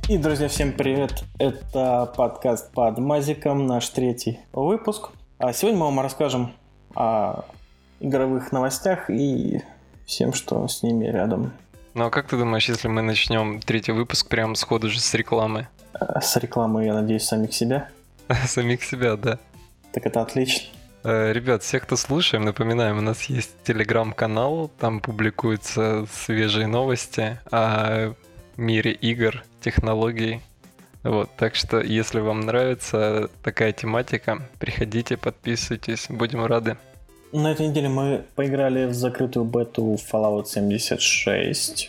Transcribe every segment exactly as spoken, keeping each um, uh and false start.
И, друзья, всем привет! Это подкаст под Мазиком, наш третий выпуск. А сегодня мы вам расскажем о игровых новостях и всем, что с ними рядом. Ну а как ты думаешь, если мы начнем третий выпуск прямо сходу же с рекламы? С рекламы, я надеюсь, самих себя? Самих себя, да. Так это отлично. Ребят, всех, кто слушаем, напоминаем, у нас есть телеграм-канал, там публикуются свежие новости о мире игр, технологий. Вот, так что, если вам нравится такая тематика, приходите, подписывайтесь, будем рады. На этой неделе мы поиграли в закрытую бету Fallout семьдесят шесть,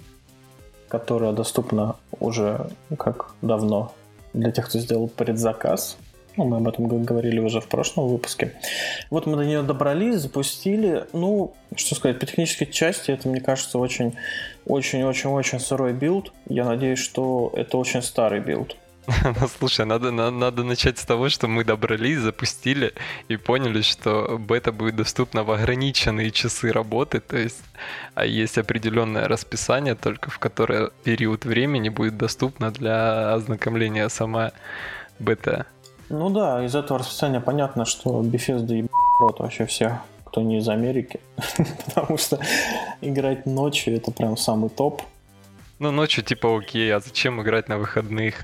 которая доступна уже как давно для тех, кто сделал предзаказ. Ну, мы об этом говорили уже в прошлом выпуске. Вот мы до нее добрались, запустили. Ну, что сказать, по технической части это, мне кажется, очень-очень-очень-очень сырой билд. Я надеюсь, что это очень старый билд. Ну, слушай, надо, надо, надо начать с того, что мы добрались, запустили и поняли, что бета будет доступна в ограниченные часы работы, то есть а есть определенное расписание, только в которое период времени будет доступна для ознакомления сама бета. Ну да, из этого расписания понятно, что Bethesda еб рот вообще всех, кто не из Америки, потому что играть ночью это прям самый топ. Ну, ночью типа окей, а зачем играть на выходных?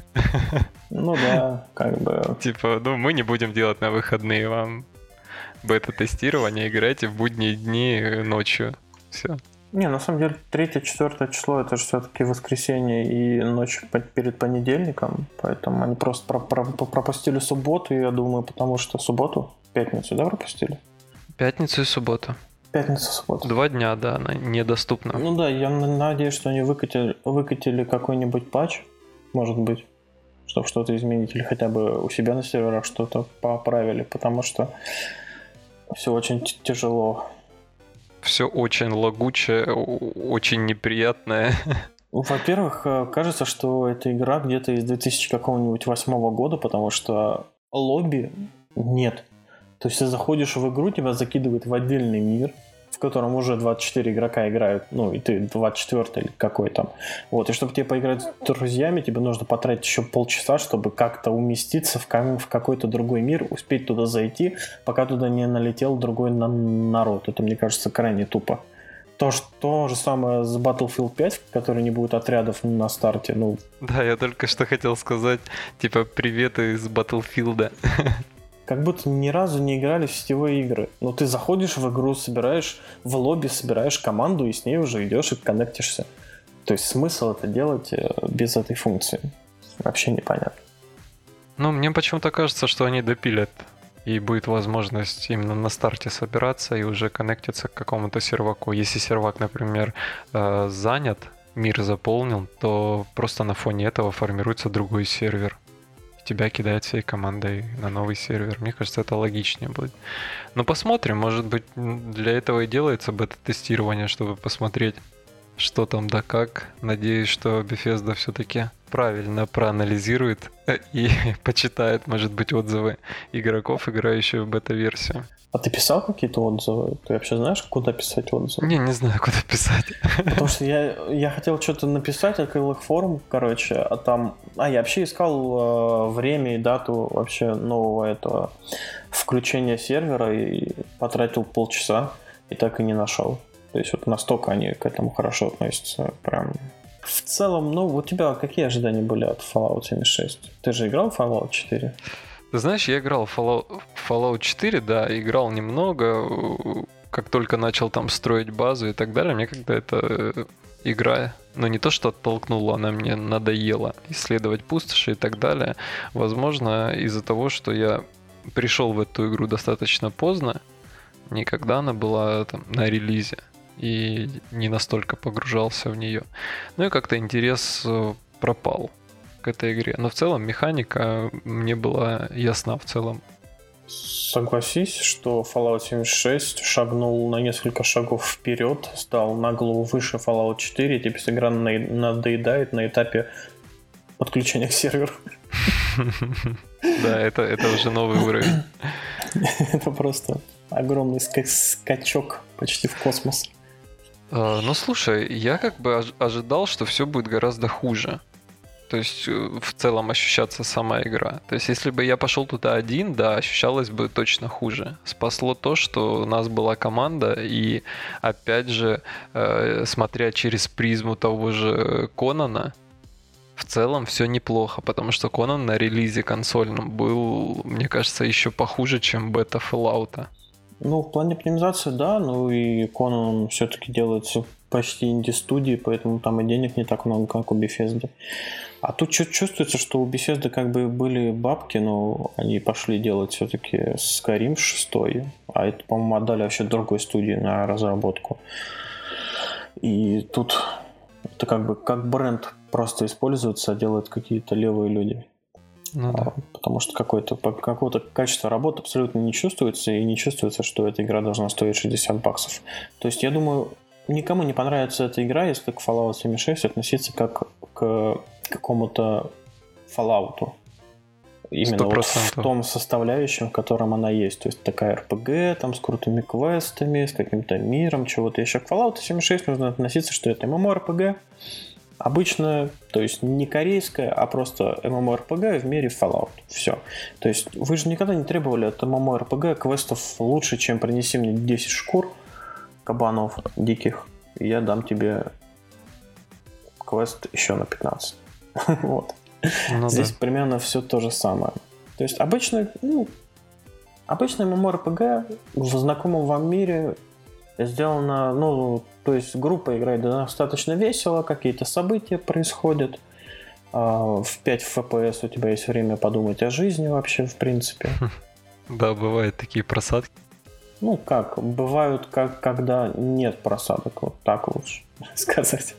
Ну да, как бы... Типа, ну мы не будем делать на выходные вам бета-тестирование, играйте в будние дни ночью. Все. Не, на самом деле, третье-четвёртое число это же все-таки воскресенье и ночь перед понедельником, поэтому они просто про- про- пропустили субботу, я думаю, потому что субботу, пятницу, да, пропустили? Пятницу и субботу. Пятница, суббота. Два дня, да, она недоступна. Ну да, я надеюсь, что они выкатили, выкатили какой-нибудь патч, может быть, чтобы что-то изменить, или хотя бы у себя на серверах что-то поправили, потому что все очень т- тяжело. Все очень лагучее, очень неприятное. Во-первых, кажется, что эта игра где-то из две тысячи восьмого года, потому что лобби нет. То есть ты заходишь в игру, тебя закидывают в отдельный мир, в котором уже двадцать четыре игрока играют, ну и ты двадцать четвёртый или какой там. Вот, и чтобы тебе поиграть с друзьями, тебе нужно потратить еще полчаса, чтобы как-то уместиться в, в какой-то другой мир, успеть туда зайти, пока туда не налетел другой на- народ. Это, мне кажется, крайне тупо. То, что, то же самое с Battlefield пять, в которой не будет отрядов на старте. Ну. Да, я только что хотел сказать, типа, привет из Battlefield. Как будто ни разу не играли в сетевые игры. Ну, ты заходишь в игру, собираешь в лобби, собираешь команду, и с ней уже идешь и коннектишься. То есть смысл это делать без этой функции? Вообще непонятно. Ну, мне почему-то кажется, что они допилят, и будет возможность именно на старте собираться и уже коннектиться к какому-то серваку. Если сервак, например, занят, мир заполнен, то просто на фоне этого формируется другой сервер. Тебя кидает всей командой на новый сервер. Мне кажется, это логичнее будет. Но посмотрим, может быть, для этого и делается бета-тестирование, чтобы посмотреть, что там да как. Надеюсь, что Bethesda все-таки правильно проанализирует и почитает, может быть, отзывы игроков, играющих в бета-версию. А ты писал какие-то отзывы? Ты вообще знаешь, куда писать отзывы? Не, не знаю, куда писать. Потому что я, я хотел что-то написать, открыл их форум, короче, а там... А, я вообще искал э, время и дату вообще нового этого включения сервера и потратил полчаса, и так и не нашел. То есть вот настолько они к этому хорошо относятся, прям... В целом, ну, у тебя какие ожидания были от Fallout семьдесят шесть? Ты же играл в Fallout четыре? Ты знаешь, я играл в Fallout, Fallout четыре, да, играл немного, как только начал там строить базу и так далее, мне когда эта игра, ну не то что оттолкнула, она мне надоела исследовать пустоши и так далее. Возможно, из-за того, что я пришел в эту игру достаточно поздно, не когда она была там на релизе, и не настолько погружался в нее. Ну и как-то интерес пропал к этой игре. Но в целом механика мне была ясна в целом. Согласись, что Fallout семьдесят шесть шагнул на несколько шагов вперед, стал на голову выше Fallout четыре, теперь игра надоедает на этапе подключения к серверу. Да, это, это уже новый уровень. Это просто огромный скачок почти в космос. Ну слушай, я как бы ожидал, что все будет гораздо хуже. То есть в целом ощущаться сама игра. То есть если бы я пошел туда один, да, ощущалось бы точно хуже. Спасло то, что у нас была команда, и опять же, э, смотря через призму того же Конана, в целом все неплохо, потому что Конан на релизе консольном был, мне кажется, еще похуже, чем бета Fallout. Ну, в плане оптимизации, да, ну и Conan все-таки делается почти инди-студии, поэтому там и денег не так много, как у Bethesda. А тут чувствуется, что у Bethesda как бы были бабки, но они пошли делать все-таки Skyrim шесть, а это, по-моему, отдали вообще другой студии на разработку. И тут это как бы как бренд просто используется, а делают какие-то левые люди. Ну, да. Потому что какое-то, какое-то качество работы абсолютно не чувствуется, и не чувствуется, что эта игра должна стоить шестьдесят баксов. То есть я думаю, никому не понравится эта игра, если к Fallout семьдесят шесть относиться как к какому-то Fallout. Именно вот в том составляющем, в котором она есть. То есть такая эр пи джи, там с крутыми квестами, с каким-то миром, чего-то еще. К Fallout семьдесят шесть нужно относиться, что это MMORPG. Обычно, то есть не корейская, а просто MMORPG в мире Fallout. Все. То есть вы же никогда не требовали от MMORPG квестов лучше, чем принеси мне десять шкур кабанов диких, и я дам тебе квест еще на пятнадцать. Вот. Ну, здесь да. Примерно все то же самое. То есть обычно, ну, обычный MMORPG в знакомом вам мире сделано, ну, то есть группа играет достаточно весело, какие-то события происходят. В пять эф пи эс у тебя есть время подумать о жизни вообще, в принципе. Да, бывают такие просадки. Ну, как, бывают, как, когда нет просадок, вот так лучше сказать.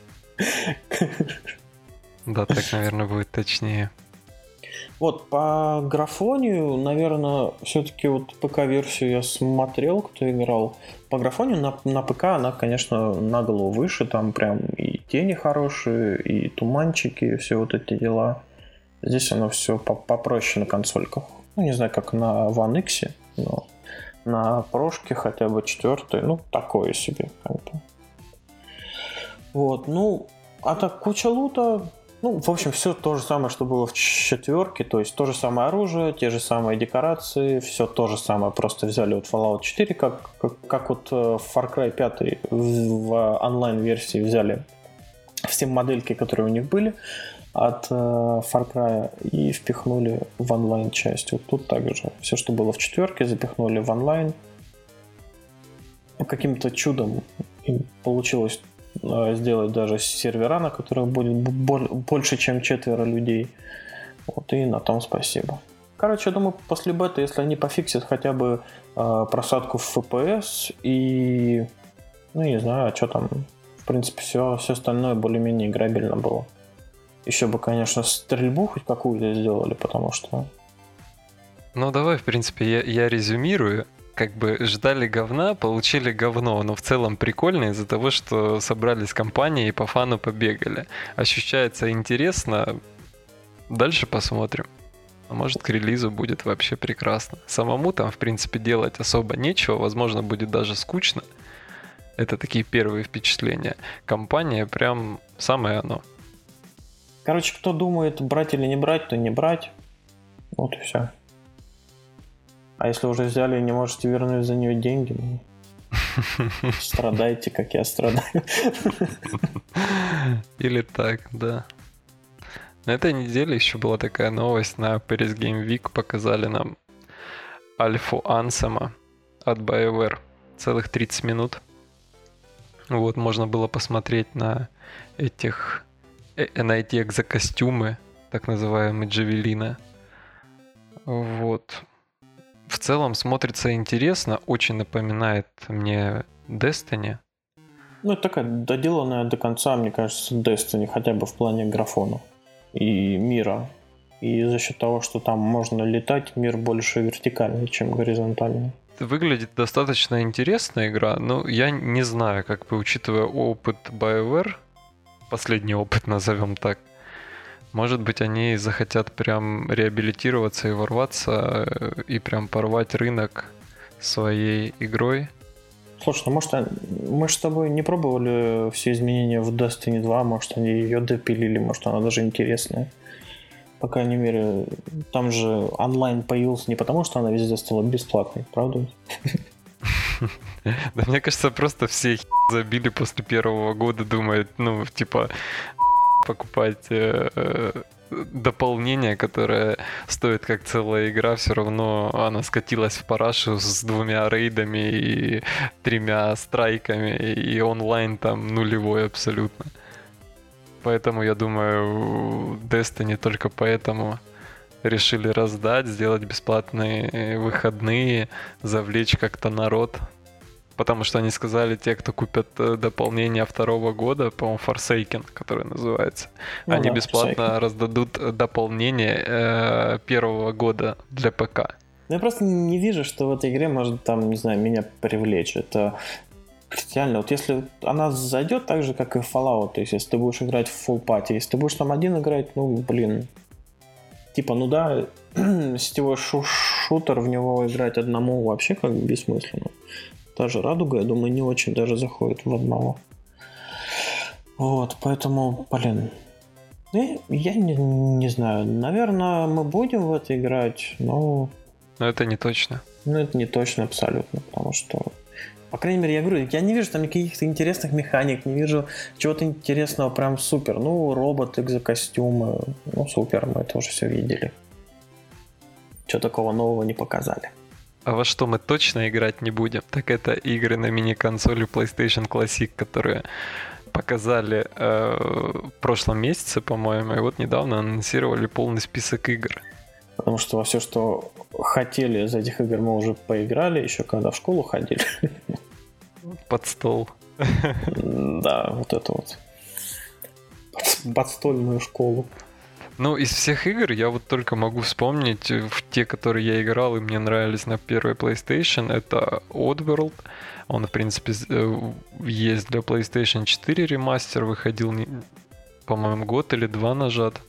Да, так, наверное, будет точнее. Вот, по графонию, наверное, все-таки вот ПК-версию я смотрел, кто играл. По графонию на, на ПК она, конечно, на голову выше, там прям и тени хорошие, и туманчики, и все вот эти дела. Здесь оно все попроще на консольках. Ну, не знаю, как на One X, но на прошке хотя бы четвертой, ну, такое себе. Как бы. Вот, ну, а так куча лута. Ну, в общем, все то же самое, что было в четверке, то есть то же самое оружие, те же самые декорации, все то же самое, просто взяли вот Fallout четыре, как, как, как вот Far Cry пять в онлайн-версии взяли все модельки, которые у них были от Far Cry, и впихнули в онлайн-часть. Вот тут также все, что было в четверке, запихнули в онлайн. Каким-то чудом им получилось сделать даже сервера, на которых будет больше, чем четверо людей. Вот, и на том спасибо. Короче, я думаю, после бета, если они пофиксят хотя бы э, просадку в эф пи эс и, ну, не знаю, а что там, в принципе, все, все остальное более-менее играбельно было. Еще бы, конечно, стрельбу хоть какую-то сделали, потому что... Ну, давай, в принципе, я, я резюмирую. Как бы ждали говна, получили говно, но в целом прикольно из-за того, что собрались компании и по фану побегали. Ощущается интересно, дальше посмотрим. А может, к релизу будет вообще прекрасно. Самому там, в принципе, делать особо нечего, возможно, будет даже скучно. Это такие первые впечатления. Компания прям самое оно. Короче, кто думает, брать или не брать, то не брать. Вот и все. А если уже взяли и не можете вернуть за нее деньги, ну, страдайте, как я страдаю. Или так, да. На этой неделе еще была такая новость. На Paris Game Week показали нам альфу Ансема от BioWare. Целых тридцать минут. Вот, можно было посмотреть на этих... на эти экзокостюмы, так называемые Джавелина. Вот. В целом смотрится интересно, очень напоминает мне Destiny. Ну, это такая доделанная до конца, мне кажется, Destiny, хотя бы в плане графона и мира. И за счет того, что там можно летать, мир больше вертикальный, чем горизонтальный. Выглядит достаточно интересная игра, но я не знаю, как бы, учитывая опыт BioWare, последний опыт, назовем так, может быть, они захотят прям реабилитироваться и ворваться и прям порвать рынок своей игрой. Слушай, ну может, мы же с тобой не пробовали все изменения в Destiny два, может, они ее допилили, может, она даже интересная. По крайней мере, там же онлайн появился не потому, что она везде стала бесплатной, правда? Да мне кажется, просто все забили после первого года, думают, ну, типа, покупать э, дополнение, которое стоит как целая игра, все равно она скатилась в парашу с двумя рейдами и тремя страйками, и онлайн там нулевой абсолютно. Поэтому, я думаю, Destiny только поэтому решили раздать, сделать бесплатные выходные, завлечь как-то народ. Потому что они сказали, те, кто купят дополнение второго года, по-моему, Forsaken, который называется, ну, они да, бесплатно Forsaken. Раздадут дополнение э, первого года для ПК. Я просто не вижу, что в этой игре может, там, не знаю, меня привлечь. Это реально, вот если она зайдет так же, как и Fallout, то есть если ты будешь играть в full party, если ты будешь там один играть, ну, блин, типа, ну да, сетевой шу- шутер, в него играть одному вообще как бы бессмысленно. Даже Радуга, я думаю, не очень даже заходит в одного. Вот, поэтому, блин, я, я не, не знаю, наверное, мы будем в это играть, но... Но это не точно. Ну, это не точно абсолютно, потому что... По крайней мере, я говорю, я не вижу там никаких интересных механик, не вижу чего-то интересного прям супер. Ну, робот, экзокостюмы, ну, супер, мы это уже все видели. Чего такого нового не показали. А во что мы точно играть не будем, так это игры на мини-консоли PlayStation Classic, которые показали э, в прошлом месяце, по-моему, и вот недавно анонсировали полный список игр. Потому что во все, что хотели из этих игр, мы уже поиграли, еще когда в школу ходили. Под стол. Да, вот это вот. Подстольную школу. Ну, из всех игр я вот только могу вспомнить те, которые я играл и мне нравились на первой PlayStation. Это Oddworld. Он, в принципе, есть для PlayStation четыре ремастер. Выходил, по-моему, год или два назад.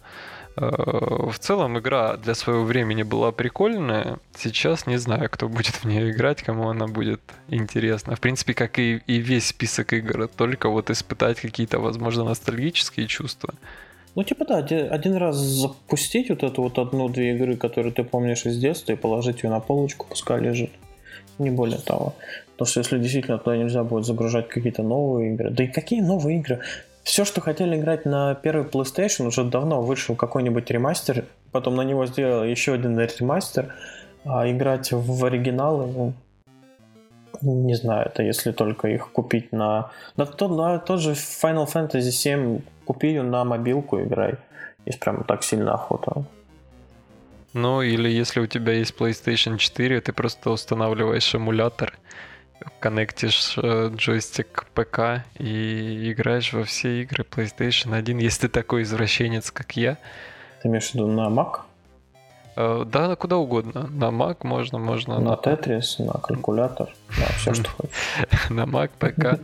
В целом игра для своего времени была прикольная. Сейчас не знаю, кто будет в нее играть, кому она будет интересна. В принципе, как и, и весь список игр. Только вот испытать какие-то, возможно, ностальгические чувства. Ну, типа, да, один раз запустить вот эту вот одну-две игры, которые ты помнишь из детства, и положить ее на полочку, пускай лежит. Не более того. Потому что если действительно туда нельзя будет загружать какие-то новые игры. Да и какие новые игры? Все, что хотели играть на первый PlayStation, уже давно вышел какой-нибудь ремастер, потом на него сделали еще один ремастер, а играть в оригиналы, ну, не знаю, это если только их купить на... Да, тот, на тот же Final Fantasy семь купи ее на мобилку, играй, если прям так сильно охота. Ну, или если у тебя есть PlayStation четыре, ты просто устанавливаешь эмулятор, коннектишь э, джойстик к ПК и играешь во все игры PlayStation один, если ты такой извращенец, как я. Ты имеешь в виду на Mac? Э, да, куда угодно. На Mac можно, можно. На Tetris, на калькулятор, на все, что хочешь. На Mac, ПК.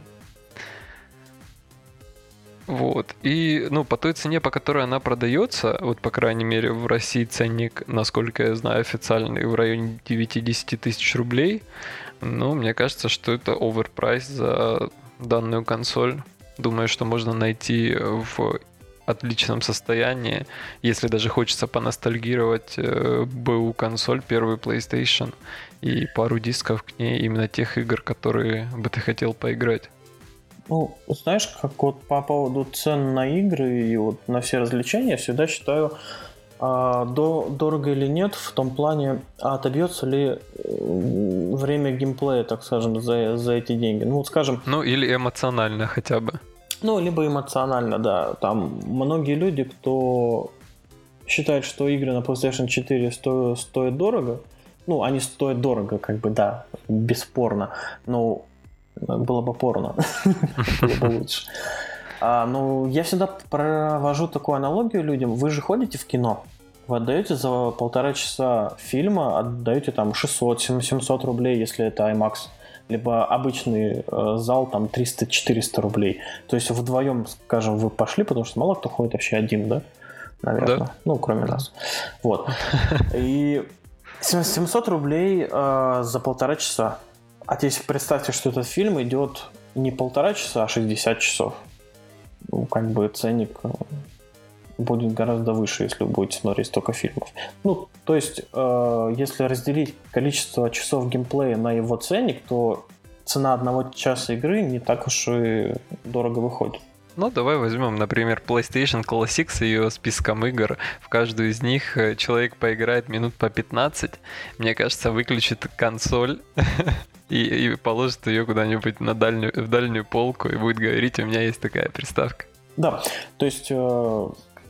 Вот. И, ну, по той цене, по которой она продается, вот, по крайней мере, в России ценник, насколько я знаю, официальный в районе девять-десять тысяч рублей. Ну, мне кажется, что это оверпрайс за данную консоль. Думаю, что можно найти в отличном состоянии, если даже хочется поностальгировать, БУ консоль, первую PlayStation, и пару дисков к ней именно тех игр, которые бы ты хотел поиграть. Ну, знаешь, как вот по поводу цен на игры и вот на все развлечения, я всегда считаю, а, до, дорого или нет, в том плане, а отобьется ли время геймплея, так скажем, за, за эти деньги. Ну, вот скажем... Ну, или эмоционально хотя бы. Ну, либо эмоционально, да. Там многие люди, кто считает, что игры на PlayStation четыре стоят, стоят дорого, ну, они стоят дорого, как бы, да, бесспорно, но было бы порно, было бы лучше. А, ну, я всегда провожу такую аналогию людям. Вы же ходите в кино, вы отдаете за полтора часа фильма, отдаете там шестьсот-семьсот рублей, если это IMAX, либо обычный э, зал там триста-четыреста рублей. То есть вдвоем, скажем, вы пошли, потому что мало кто ходит вообще один, да? Наверное. Да. Ну, кроме да. нас. Вот. И семьсот рублей э, за полтора часа. А если представьте, что этот фильм идет не полтора часа, а шестьдесят часов. Ну, как бы ценник будет гораздо выше, если вы будете смотреть столько фильмов. Ну, то есть, э, если разделить количество часов геймплея на его ценник, то цена одного часа игры не так уж и дорого выходит. Ну, давай возьмем, например, PlayStation Classic с ее списком игр. В каждую из них человек поиграет минут по пятнадцать. Мне кажется, выключит консоль и, и положит ее куда-нибудь на дальнюю, в дальнюю полку и будет говорить, у меня есть такая приставка. Да, то есть э,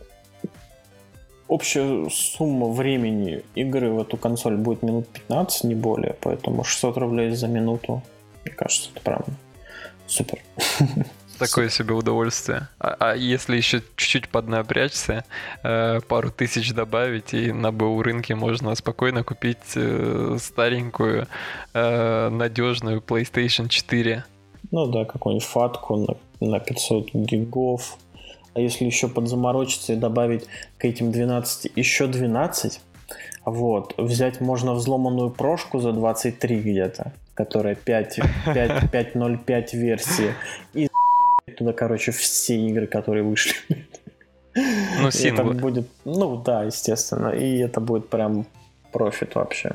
общая сумма времени игры в эту консоль будет минут пятнадцать, не более. Поэтому шестьсот рублей за минуту, мне кажется, это прям супер. Такое себе удовольствие. А, а если еще чуть-чуть поднапрячься, э, пару тысяч добавить, и на БУ рынке можно спокойно купить э, старенькую, э, надежную PlayStation четыре. Ну да, какую-нибудь фатку на, на пятьсот гигов. А если еще подзаморочиться и добавить к этим двенадцати еще двенадцать, вот, взять можно взломанную прошку за двадцать три где-то, которая пять ноль пять версии, и туда, короче, все игры, которые вышли. Ну, синглы. Это будет, ну да, естественно. И это будет прям профит вообще.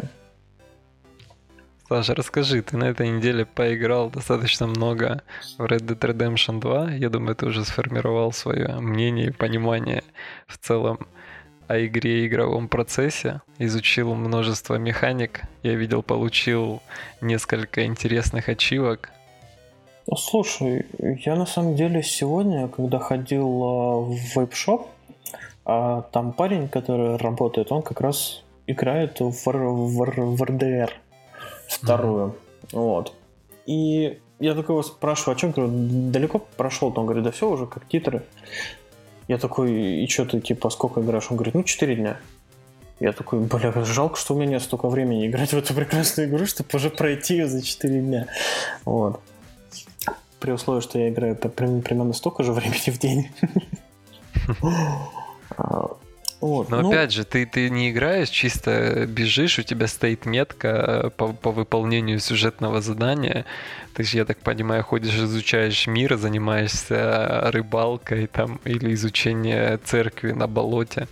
Саша, расскажи, ты на этой неделе поиграл достаточно много в Red Dead Redemption два. Я думаю, ты уже сформировал свое мнение и понимание в целом о игре и игровом процессе. Изучил множество механик. Я видел, получил несколько интересных ачивок. Слушай, я на самом деле сегодня, когда ходил в вейп-шоп, там парень, который работает, он как раз играет в, в, в, в эр дэ эр вторую. Mm-hmm. Вот. И я такой его спрашиваю, а что, говорю, далеко прошел? Он говорит, да все, уже как титры. Я такой, и что ты, типа, сколько играешь? Он говорит, ну, четыре дня. Я такой, бля, жалко, что у меня нет столько времени играть в эту прекрасную игру, чтобы уже пройти ее за четыре дня. Вот. При условии, что я играю примерно столько же времени в день. Вот, но ну, опять же, ты, ты не играешь, чисто бежишь, у тебя стоит метка по, по выполнению сюжетного задания. Ты же, я так понимаю, ходишь, изучаешь мир, занимаешься рыбалкой там, или изучением церкви на болоте.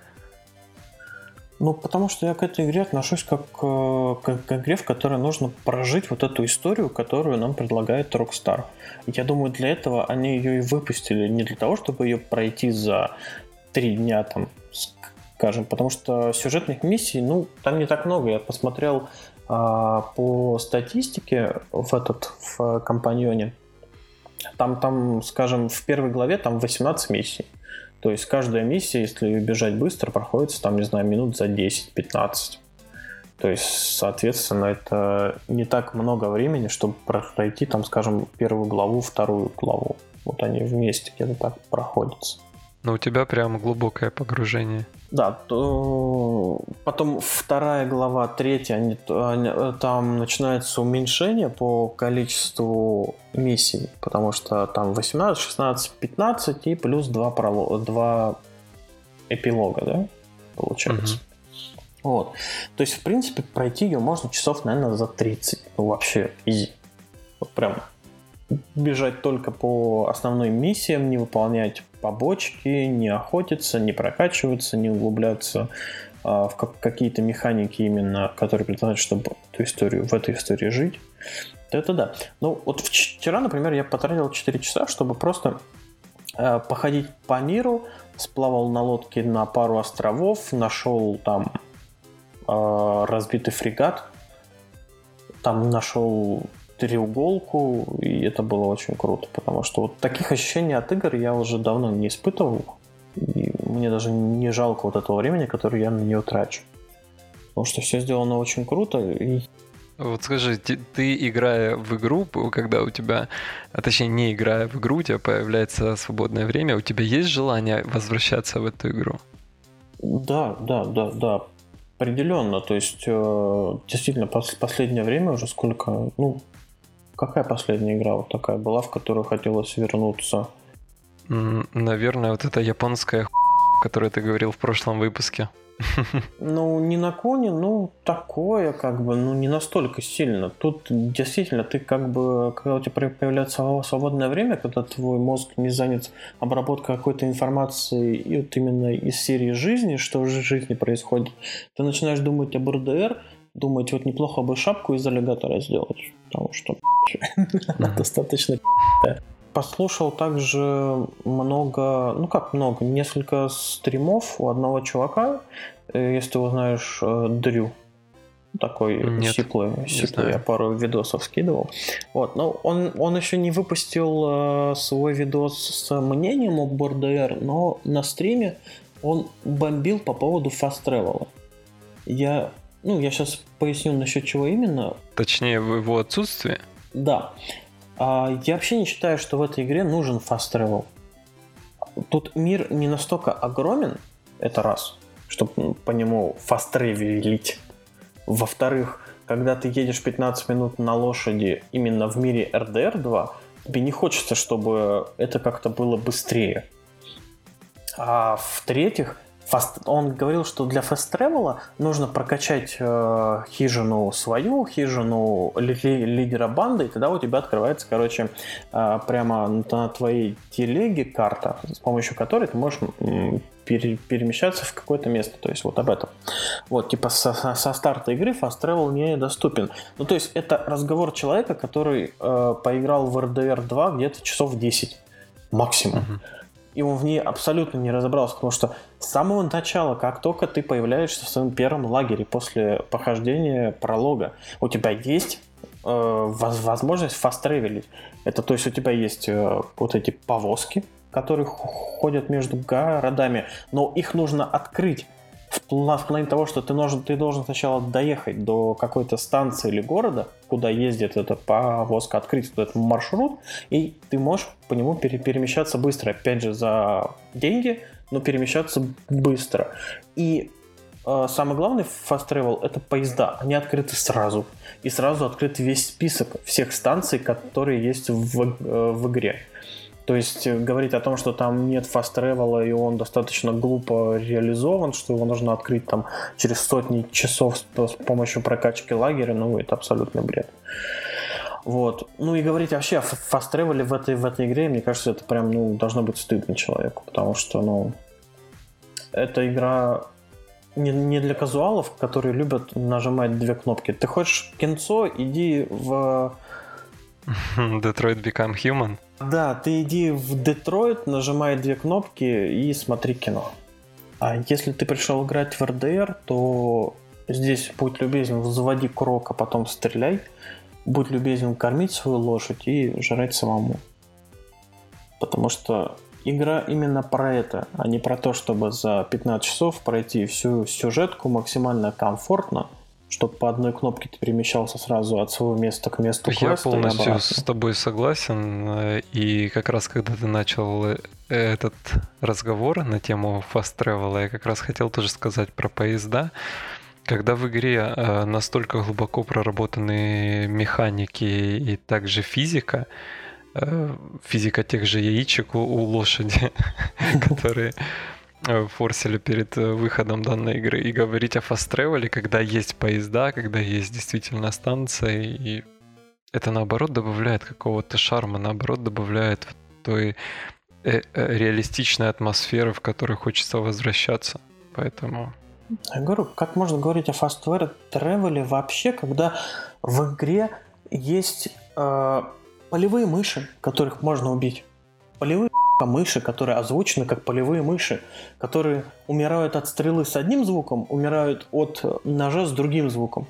Ну, потому что я к этой игре отношусь как, как к игре, в которой нужно прожить вот эту историю, которую нам предлагает Rockstar. И я думаю, для этого они ее и выпустили. Не для того, чтобы ее пройти за три дня, там, скажем. Потому что сюжетных миссий, ну, там не так много. Я посмотрел а, по статистике в этот, в компаньоне. Там, там, скажем, в первой главе там восемнадцать миссий. То есть каждая миссия, если бежать быстро, проходится там, не знаю, минут за десять-пятнадцать. То есть, соответственно, это не так много времени, чтобы пройти, там, скажем, первую главу, вторую главу. Вот они вместе где-то так проходятся. Но у тебя прям глубокое погружение. Да, то... потом вторая глава, третья, они, они, там начинается уменьшение по количеству миссий, потому что там восемнадцать, шестнадцать, пятнадцать и плюс два, пролог, два эпилога, да, получается. Mm-hmm. Вот. То есть, в принципе, пройти ее можно часов, наверное, за тридцать. Ну, вообще, изи. Вот прям бежать только по основным миссиям, не выполнять побочки, не охотиться, не прокачиваться, не углубляться а, в как- какие-то механики именно, которые предполагают, чтобы эту историю, в этой истории жить. Это да. Ну, вот вчера, например, я потратил четыре часа, чтобы просто э, походить по миру, сплавал на лодке на пару островов, нашел там э, разбитый фрегат, там нашел треуголку, и это было очень круто, потому что вот таких ощущений от игр я уже давно не испытывал, и мне даже не жалко вот этого времени, которое я на нее трачу. Потому что все сделано очень круто. И... Вот скажи, ты, ты играя в игру, когда у тебя, а точнее не играя в игру, у тебя появляется свободное время, у тебя есть желание возвращаться в эту игру? Да, да, да, да. Определенно. То есть, э, действительно, пос- последнее время уже сколько... Ну, какая последняя игра вот такая была, в которую хотелось вернуться? Наверное, вот эта японская который ты говорил в прошлом выпуске. Ну, не на коне, ну, такое, как бы, ну, не настолько сильно. Тут действительно ты как бы, когда у тебя появляется свободное время, когда твой мозг не занят обработкой какой-то информации и вот именно из серии жизни, что в жизни происходит, ты начинаешь думать об эр дэ эр, думать, вот неплохо бы шапку из аллигатора сделать, потому что она достаточно пи***тая. Послушал также много, ну как много, несколько стримов у одного чувака, если ты его знаешь, Дрю, такой сиплый, сиплый, я пару видосов скидывал. Вот, но он, он еще не выпустил э, свой видос с мнением об эр дэ эр, но на стриме он бомбил по поводу Fast Travel. Я, ну, я сейчас поясню насчет чего именно. Точнее, в его отсутствии? Да. Я вообще не считаю, что в этой игре нужен fast travel. Тут мир не настолько огромен, это раз, чтобы по нему fast travelить. Во-вторых, когда ты едешь пятнадцать минут на лошади именно в мире эр дэ эр два, тебе не хочется, чтобы это как-то было быстрее. А в-третьих, Fast, он говорил, что для фаст-тревела нужно прокачать э, хижину свою, хижину ли, лидера банды, и тогда у тебя открывается, короче, э, прямо на, на твоей телеге карта, с помощью которой ты можешь м, пере, перемещаться в какое-то место. То есть вот об этом. Вот, типа со, со старта игры фаст-тревел недоступен. Ну, то есть это разговор человека, который э, поиграл в эр дэ эр два где-то часов десять максимум. Uh-huh. И он в ней абсолютно не разобрался, потому что с самого начала, как только ты появляешься в своем первом лагере после прохождения пролога, у тебя есть э, возможность фаст-тревелить. Это то есть у тебя есть э, вот эти повозки, которые ходят между городами, но их нужно открыть в плане того, что ты должен, ты должен сначала доехать до какой-то станции или города, куда ездит эта повозка, открыть этот маршрут, и ты можешь по нему пере- перемещаться быстро. Опять же, за деньги, но перемещаться быстро. И э, самое главное в Fast Travel — это поезда. Они открыты сразу. И сразу открыт весь список всех станций, которые есть в, э, в игре. То есть говорить о том, что там нет фаст-тревела и он достаточно глупо реализован, что его нужно открыть там через сотни часов с помощью прокачки лагеря, ну это абсолютный бред. Вот. Ну и говорить вообще о фаст-тревеле в этой, в этой игре, мне кажется, это прям, ну, должно быть стыдно человеку, потому что, ну, эта игра не, не для казуалов, которые любят нажимать две кнопки. Ты хочешь кинцо, иди в... Detroit Become Human? Да, ты иди в Детройт, нажимай две кнопки и смотри кино. А если ты пришел играть в эр дэ эр, то здесь будь любезен, заводи крок, а потом стреляй. Будь любезен кормить свою лошадь и жрать самому. Потому что игра именно про это, а не про то, чтобы за пятнадцать часов пройти всю сюжетку максимально комфортно, чтобы по одной кнопке ты перемещался сразу от своего места к месту квеста. Я полностью с тобой согласен. И как раз когда ты начал этот разговор на тему Fast Travel, я как раз хотел тоже сказать про поезда. Когда в игре настолько глубоко проработаны механики и также физика, физика тех же яичек у лошади, которые... форсили перед выходом данной игры, и говорить о фаст-тревеле, когда есть поезда, когда есть действительно станции, и это наоборот добавляет какого-то шарма, наоборот добавляет той э- э- реалистичной атмосферы, в которой хочется возвращаться. Поэтому... Я говорю, как можно говорить о фаст-тревеле вообще, когда в игре есть э, полевые мыши, которых можно убить. Полевые мыши, которые озвучены как полевые мыши, которые умирают от стрелы с одним звуком, умирают от ножа с другим звуком.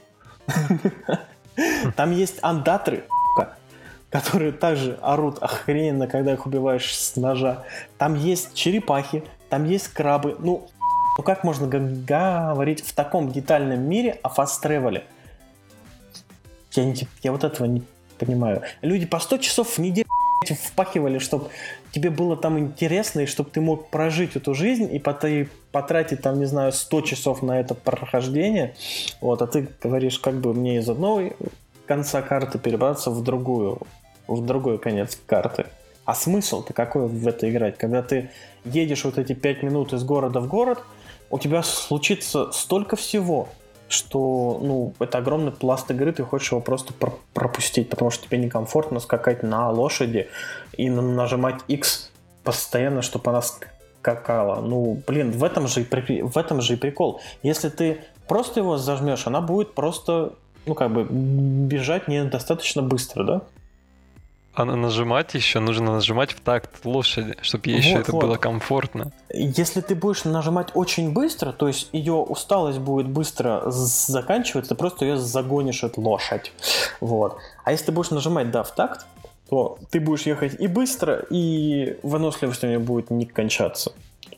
Там есть андатры, которые также орут охрененно, когда их убиваешь с ножа. Там есть черепахи, там есть крабы. Ну, ну как можно говорить в таком детальном мире о фаст-тревеле? Я, не, я вот этого не понимаю. Люди по сто часов в неделю впахивали, чтобы тебе было там интересно, и чтобы ты мог прожить эту жизнь и потратить там, не знаю, сто часов на это прохождение. Вот, а ты говоришь, как бы мне из одного конца карты перебраться в другую, в другой конец карты. А смысл-то какой в это играть? Когда ты едешь вот эти пять минут из города в город, у тебя случится столько всего, что, ну, это огромный пласт игры, ты хочешь его просто про- пропустить, потому что тебе некомфортно скакать на лошади и нажимать X постоянно, чтобы она скакала. Ну, блин, в этом же и, при... в этом же и прикол. Если ты просто его зажмешь, она будет просто, ну, как бы, бежать недостаточно быстро, да? А нажимать еще нужно нажимать в такт лошади, чтобы ей вот, еще это вот. было комфортно. Если ты будешь нажимать очень быстро, то есть ее усталость будет быстро заканчиваться, ты просто ее загонишь от лошадь. Вот. А если ты будешь нажимать, да, в такт, то ты будешь ехать и быстро, и выносливость у нее будет не кончаться.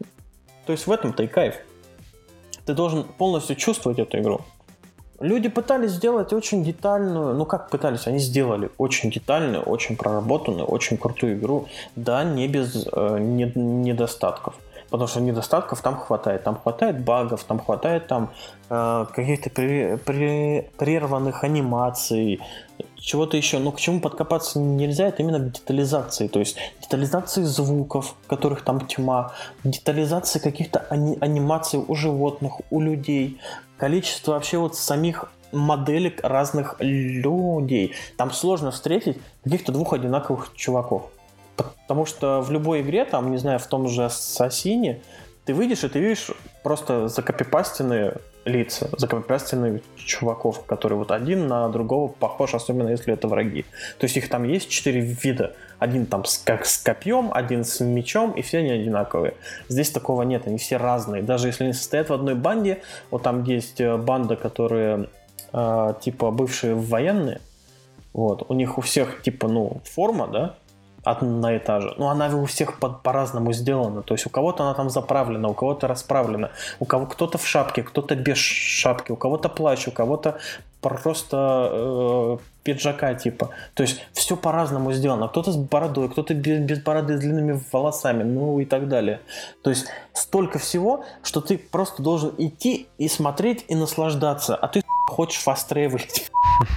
То есть в этом-то и кайф. Ты должен полностью чувствовать эту игру. Люди пытались сделать очень детальную, ну как пытались, они сделали очень детальную, очень проработанную, очень крутую игру, да, не без э, не, недостатков, потому что недостатков там хватает, там хватает багов, там хватает там э, каких-то при, при, прерванных анимаций, чего-то еще, но к чему подкопаться нельзя, это именно к детализации, то есть детализации звуков, которых там тьма, детализации каких-то ани- анимаций у животных, у людей, количество вообще вот самих моделек разных людей. Там сложно встретить каких-то двух одинаковых чуваков. Потому что в любой игре, там, не знаю, в том же Ассасине, ты выйдешь и ты видишь просто закопипастенные лица, закопипастенных чуваков, которые вот один на другого похож, особенно если это враги. То есть их там есть четыре вида. Один там с, как с копьем, один с мечом, и все они одинаковые. Здесь такого нет, они все разные. Даже если они состоят в одной банде, вот там есть банда, которые э, типа бывшие военные, вот, у них у всех типа, ну, форма, да, на этаже. Но она у всех по- по-разному сделана. То есть у кого-то она там заправлена, у кого-то расправлена, у кого кто-то в шапке, кто-то без шапки, у кого-то плащ, у кого-то просто э, пиджака типа. То есть все по-разному сделано. Кто-то с бородой, кто-то без, без бороды, с длинными волосами, ну и так далее. То есть столько всего, что ты просто должен идти и смотреть и наслаждаться. А ты хочешь фаст-тревелить.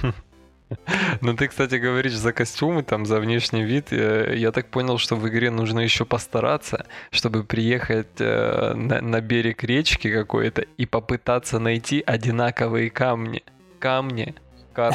Ну ты, кстати, говоришь за костюмы, там, за внешний вид. Я так понял, что в игре нужно еще постараться, чтобы приехать на, на берег речки какой-то и попытаться найти одинаковые камни. Камни, Карл.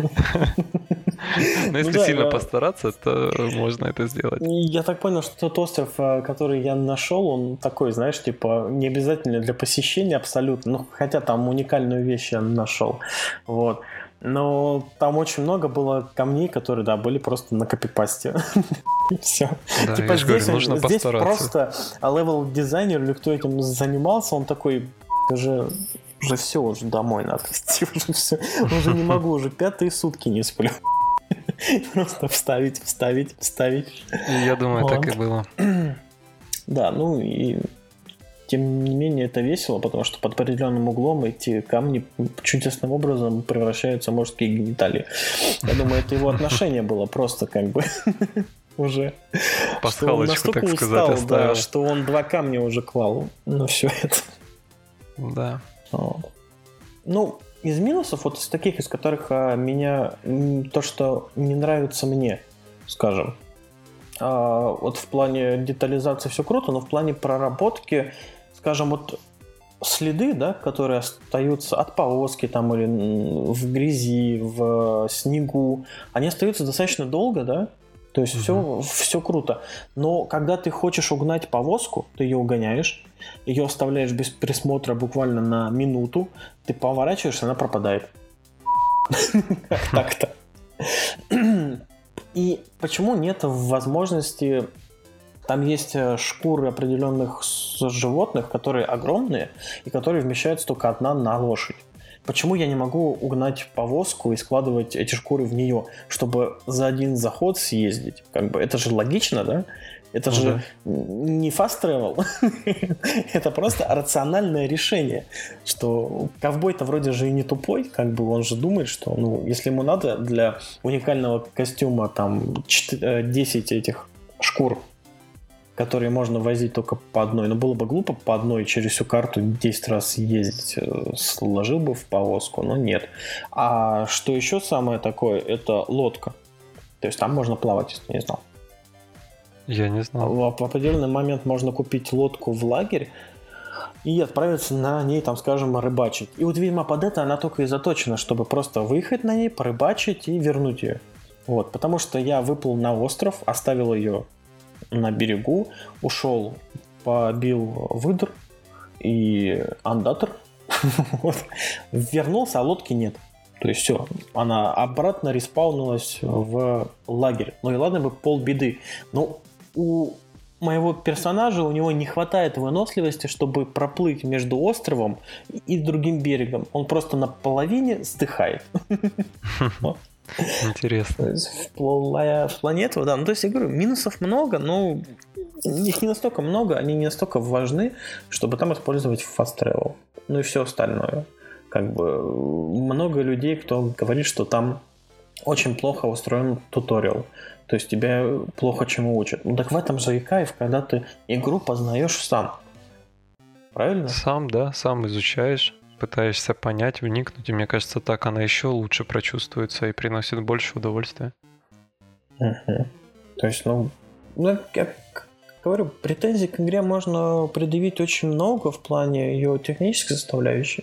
Но если сильно постараться, то можно это сделать. Я так понял, что тот остров, который я нашел, он такой, знаешь, типа, не обязательно для посещения абсолютно. Ну, хотя там уникальную вещь я нашел. Вот. Но там очень много было камней, которые, да, были просто на копипасте. Все. Да, типа здесь, говорю, нужно здесь постараться. просто левел-дизайнер или кто этим занимался, он такой, уже, уже все, уже домой надо идти, уже все, уже не могу, уже пятые сутки не сплю. Просто вставить, вставить, вставить. Я думаю, вот. Так и было. Да, ну и тем не менее это весело, потому что под определенным углом эти камни чудесным образом превращаются в мужские гениталии. Я думаю, это его отношение было просто как бы уже. Пасхалочку, так сказать, устал, да, что он два камня уже клал на все это. Да. Вот. Ну, из минусов, вот из таких, из которых а, меня то, что не нравится мне, скажем, а, вот в плане детализации все круто, но в плане проработки, скажем, вот следы, да, которые остаются от повозки там или в грязи, в снегу, они остаются достаточно долго, да, то есть mm-hmm. все, все круто. Но когда ты хочешь угнать повозку, ты ее угоняешь, ее оставляешь без присмотра буквально на минуту, ты поворачиваешься, она пропадает. Так-то. И почему нет возможности... Там есть шкуры определенных животных, которые огромные и которые вмещаются только одна на лошадь. Почему я не могу угнать повозку и складывать эти шкуры в нее, чтобы за один заход съездить? Как бы это же логично, да? Это ну же да. не fast travel, это просто рациональное решение, что ковбой-то вроде же и не тупой, как бы он же думает, что ну если ему надо для уникального костюма там десять этих шкур, которые можно возить только по одной. Но было бы глупо по одной через всю карту десять раз ездить. Сложил бы в повозку, но нет. А что еще самое такое, это лодка. То есть там можно плавать, если не знал. Я не знал. В, в определенный момент можно купить лодку в лагерь и отправиться на ней, там, скажем, рыбачить. И вот, видимо, под это она только и заточена, чтобы просто выехать на ней, порыбачить и вернуть ее. Вот, потому что я выплыл на остров, оставил ее на берегу, ушел, побил выдр и андатор, вернулся, а лодки нет. То есть все, она обратно респаунилась в лагерь. Ну и ладно бы полбеды. Но у моего персонажа, у него не хватает выносливости, чтобы проплыть между островом и другим берегом. Он просто на половине сдыхает. Интересно. Вплывая в планету, да. Ну, то есть, я говорю, минусов много, но их не настолько много, они не настолько важны, чтобы там использовать fast travel. Ну и все остальное. Как бы много людей, кто говорит, что там очень плохо устроен туториал. То есть тебя плохо чему учат. Ну так в этом же и кайф, когда ты игру познаешь сам. Правильно? Сам, да, сам изучаешь, пытаешься понять, вникнуть. И мне кажется, так она еще лучше прочувствуется и приносит больше удовольствия. Угу. То есть, ну, ну, я говорю, претензий к игре можно предъявить очень много в плане ее технической составляющей.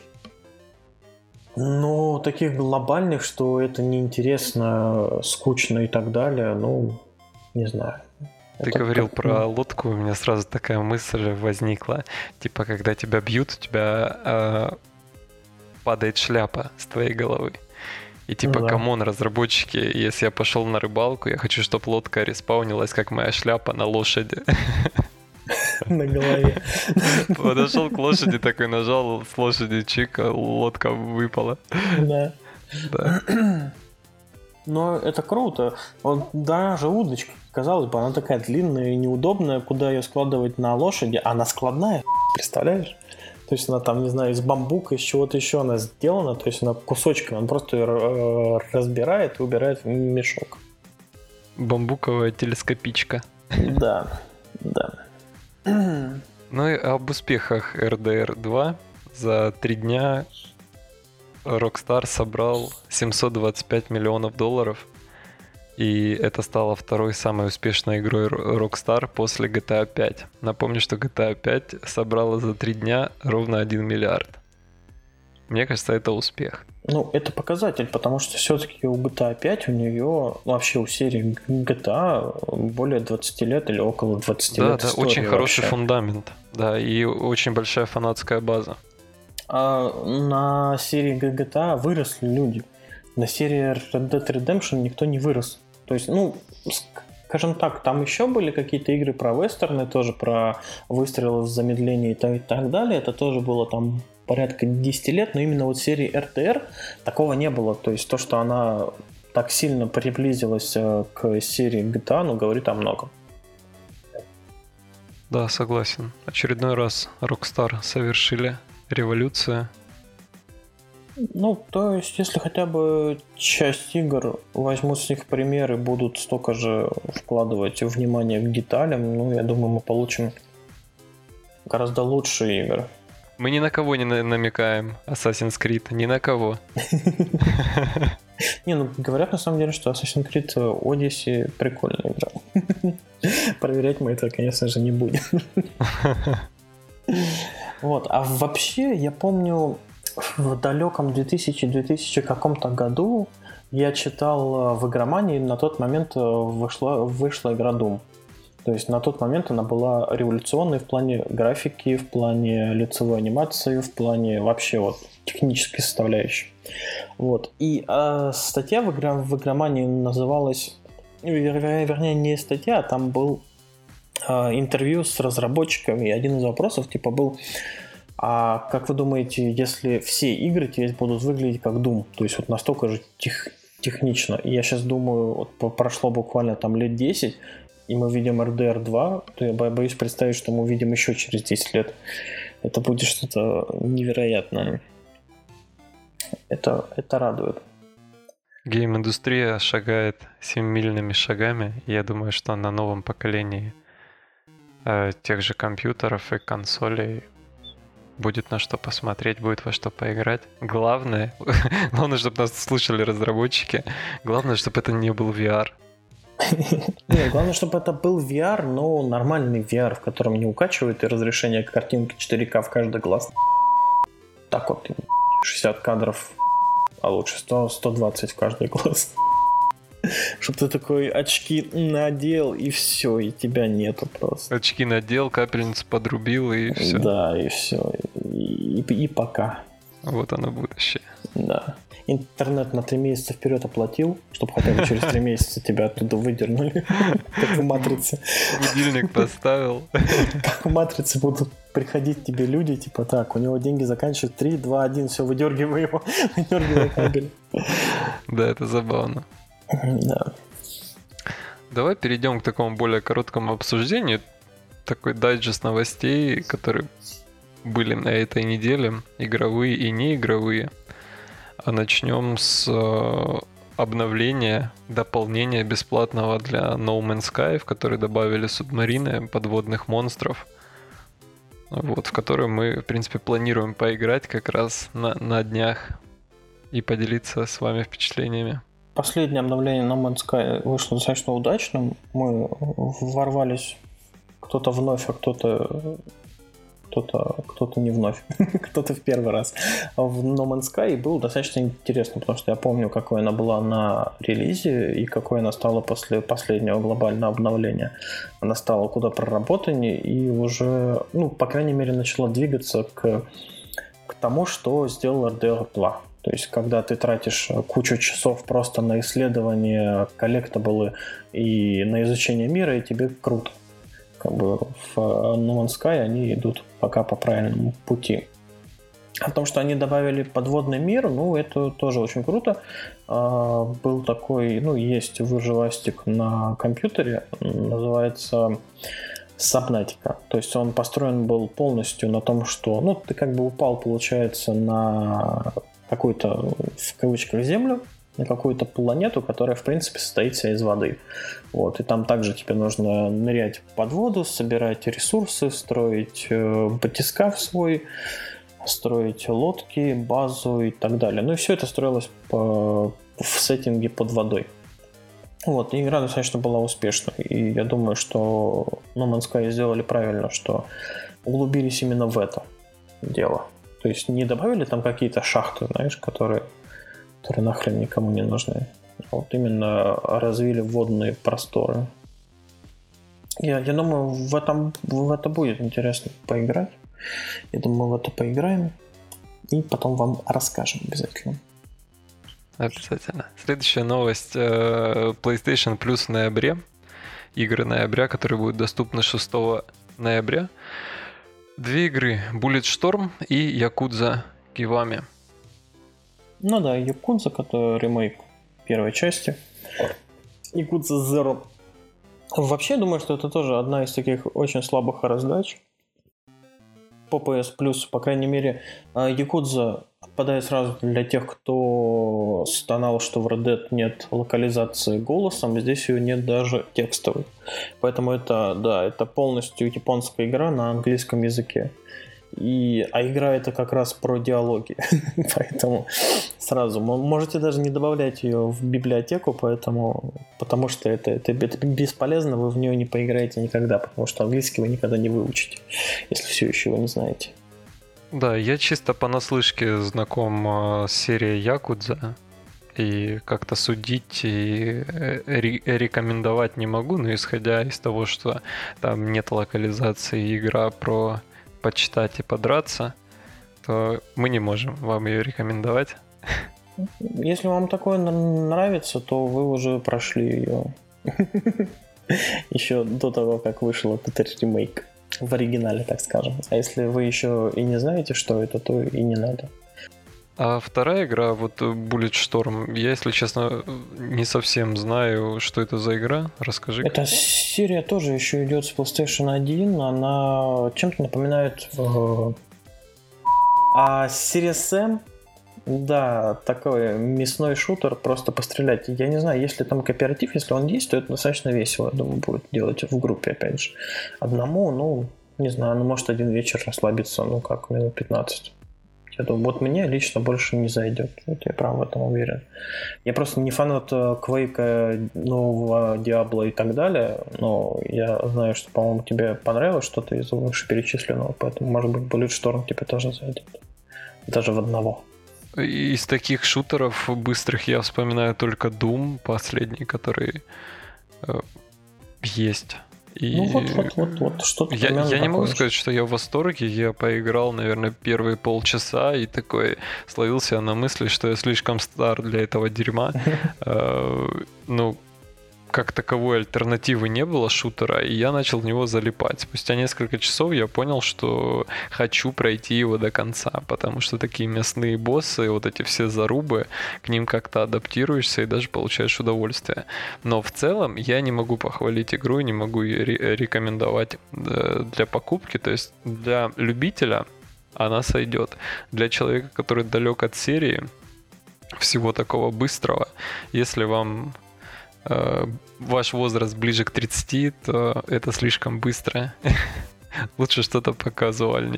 Но таких глобальных, что это неинтересно, скучно и так далее, ну, не знаю. Ты это говорил как... про лодку, у меня сразу такая мысль возникла. Типа, когда тебя бьют, у тебя э, падает шляпа с твоей головы. И типа, да. камон, разработчики, если я пошел на рыбалку, я хочу, чтобы лодка респаунилась, как моя шляпа на лошади. На голове. Подошел к лошади, такой нажал с лошади, чик, лодка выпала. Да. Да. Но это круто. Вот даже удочка, казалось бы, она такая длинная и неудобная, куда ее складывать на лошади, а она складная, представляешь? То есть она там, не знаю, из бамбука, из чего-то еще она сделана, то есть она кусочками, он просто ее разбирает и убирает в мешок. Бамбуковая телескопичка. Да, да. Ну и об успехах эр дэ эр два. За три дня Rockstar собрал семьсот двадцать пять миллионов долларов. И это стало второй самой успешной игрой Rockstar после джи ти эй пять. Напомню, что джи ти эй пять собрала за три дня ровно один миллиард. Мне кажется, это успех. Ну, это показатель, потому что все-таки у джи ти эй пять, у нее, вообще у серии джи ти эй более двадцать лет или около двадцать да, лет да, истории очень хороший вообще. фундамент. Да, и очень большая фанатская база. А на серии джи ти эй выросли люди. На серии Red Dead Redemption никто не вырос. То есть, ну, скажем так, там еще были какие-то игры про вестерны, тоже про выстрелы в замедлении и так, и так далее. Это тоже было там порядка десять лет, но именно вот серии эр ти эр такого не было. То есть то, что она так сильно приблизилась к серии джи ти эй, ну, говорит о многом. Да, согласен. Очередной раз Rockstar совершили революцию. Ну, то есть, если хотя бы часть игр возьмут с них пример и будут столько же вкладывать внимание к деталям, ну, я думаю, мы получим гораздо лучшие игры. Мы ни на кого не намекаем, Assassin's Creed, ни на кого. Не, ну, говорят на самом деле, что Assassin's Creed Odyssey прикольная игра. Проверять мы это, конечно же, не будем. Вот, а вообще, я помню, в далеком две тысячи две тысячи каком-то году я читал в игромании, на тот момент вышла, вышла игра Doom. То есть на тот момент она была революционной в плане графики, в плане лицевой анимации, в плане вообще вот технической составляющей. Вот. И а, статья в, игра, в игромании называлась, вернее, не статья, а там был а, интервью с разработчиками, и один из вопросов типа был: а как вы думаете, если все игры теперь будут выглядеть как Doom, то есть вот настолько же тех, технично? И я сейчас думаю, вот прошло буквально там лет десять, и мы видим эр ди эр два, то я боюсь представить, что мы увидим еще через десять лет. Это будет что-то невероятное. Это, это радует. Гейм-индустрия шагает семимильными шагами. Я думаю, что на новом поколении э, тех же компьютеров и консолей будет на что посмотреть, будет во что поиграть. Главное, главное, чтобы нас слушали разработчики. Главное, чтобы это не был ви ар. Не, главное, чтобы это был ви ар, но нормальный ви ар, в котором не укачивает и разрешение картинки четыре ка в каждый глаз. Так вот, шестьдесят кадров, а лучше сто, сто двадцать в каждый глаз. Чтобы ты такой очки надел, и все, и тебя нету просто. Очки надел, капельницу подрубил, и все. Да, и все. И, и, и пока. Вот оно будущее. Да. Интернет на три месяца вперед оплатил, чтобы хотя бы через три месяца тебя оттуда выдернули, как в «Матрице». Будильник поставил. Как в «Матрице» будут приходить тебе люди, типа, так, у него деньги заканчиваются, три, два, один, все, выдергивай его, выдергивай кабель. Да, это забавно. Да. Давай перейдем к такому более короткому обсуждению. Такой дайджест новостей, которые были на этой неделе, игровые и неигровые. А начнем с э, обновления, дополнения бесплатного для No Man's Sky, в который добавили субмарины, подводных монстров. Вот, в который мы, в принципе, планируем поиграть как раз на, на днях и поделиться с вами впечатлениями. Последнее обновление No Man's Sky вышло достаточно удачным. Мы ворвались, кто-то вновь, а кто-то кто-то, кто-то не вновь, кто-то в первый раз в No Man's Sky, и было достаточно интересно, потому что я помню, какой она была на релизе и какой она стала после последнего глобального обновления. Она стала куда проработаннее и уже, ну, по крайней мере, начала двигаться к, к тому, что сделал эр ди ар два. То есть, когда ты тратишь кучу часов просто на исследование, коллектаблы и на изучение мира, и тебе круто. Как бы в No Man's Sky они идут пока по правильному пути. О том, что они добавили подводный мир, ну, это тоже очень круто. А, был такой, ну, есть выживастик на компьютере, называется Subnautica. То есть он построен был полностью на том, что, ну, ты как бы упал, получается, на какую-то, в кавычках, землю, на какую-то планету, которая, в принципе, состоит вся из воды. Вот. И там также тебе нужно нырять под воду, собирать ресурсы, строить э, батискаф свой, строить лодки, базу и так далее. Ну и все это строилось по, в сеттинге под водой. Вот. И игра достаточно была успешной. И я думаю, что No Man's Sky сделали правильно, что углубились именно в это дело. То есть не добавили там какие-то шахты, знаешь, которые которые нахрен никому не нужны. Вот именно развили водные просторы. Я, я думаю, в, этом, в это будет интересно поиграть. Я думаю, в это поиграем. И потом вам расскажем обязательно. Обязательно. Следующая новость. PlayStation Plus в ноябре. Игры ноября, которые будут доступны шестого ноября. Две игры. Bulletstorm и Yakuza Kiwami. Ну да, Якудза, который ремейк первой части. Якудза Zero. Вообще, я думаю, что это тоже одна из таких очень слабых раздач по пи эс Plus. По крайней мере, Якудза отпадает сразу для тех, кто стонал, что в Red Dead нет локализации голосом. Здесь ее нет даже текстовой. Поэтому это, да, это полностью японская игра на английском языке. И, а игра это как раз про диалоги. Поэтому сразу можете даже не добавлять ее в библиотеку, поэтому, потому что это, это, это бесполезно, вы в нее не поиграете никогда, потому что английский вы никогда не выучите, если все еще его не знаете. Да, я чисто понаслышке знаком с серией Якудза. И как-то судить и рекомендовать не могу, но исходя из того, что там нет локализации, игра про почитать и подраться, то мы не можем вам ее рекомендовать. Если вам такое нравится, то вы уже прошли ее еще до того, как вышел этот ремейк в оригинале, так скажем. А если вы еще и не знаете, что это, то и не надо. А вторая игра, вот Bulletstorm, я, если честно, не совсем знаю, что это за игра. Расскажи. Эта серия тоже еще идет с PlayStation один. Она чем-то напоминает... А Series M, да, такой мясной шутер, просто пострелять. Я не знаю, если там кооператив, если он есть, то это достаточно весело, я думаю, будет делать в группе, опять же. Одному, ну, не знаю, ну, может один вечер расслабиться, ну как, минут пятнадцать. Я думаю, вот мне лично больше не зайдет. Вот я прям в этом уверен. Я просто не фанат Quake, нового Diablo и так далее, но я знаю, что, по-моему, тебе понравилось что-то из вышеперечисленного, поэтому, может быть, Bulletstorm тебе тоже зайдет. Даже в одного. Из таких шутеров быстрых я вспоминаю только Doom, последний, который э, есть. И ну вот, вот, вот, вот, что-то я, я не могу же. сказать, что я в восторге. Я поиграл, наверное, первые полчаса и такой словил себя на мысли, что я слишком стар для этого дерьма. Ну, как таковой альтернативы не было шутера, и я начал в него залипать. Спустя несколько часов я понял, что хочу пройти его до конца, потому что такие мясные боссы, вот эти все зарубы, к ним как-то адаптируешься и даже получаешь удовольствие. Но в целом я не могу похвалить игру, не могу ее ре- рекомендовать для покупки. То есть для любителя она сойдет. Для человека, который далек от серии всего такого быстрого, если вам ваш возраст ближе к тридцати, то это слишком быстро. Лучше что-то показуальней.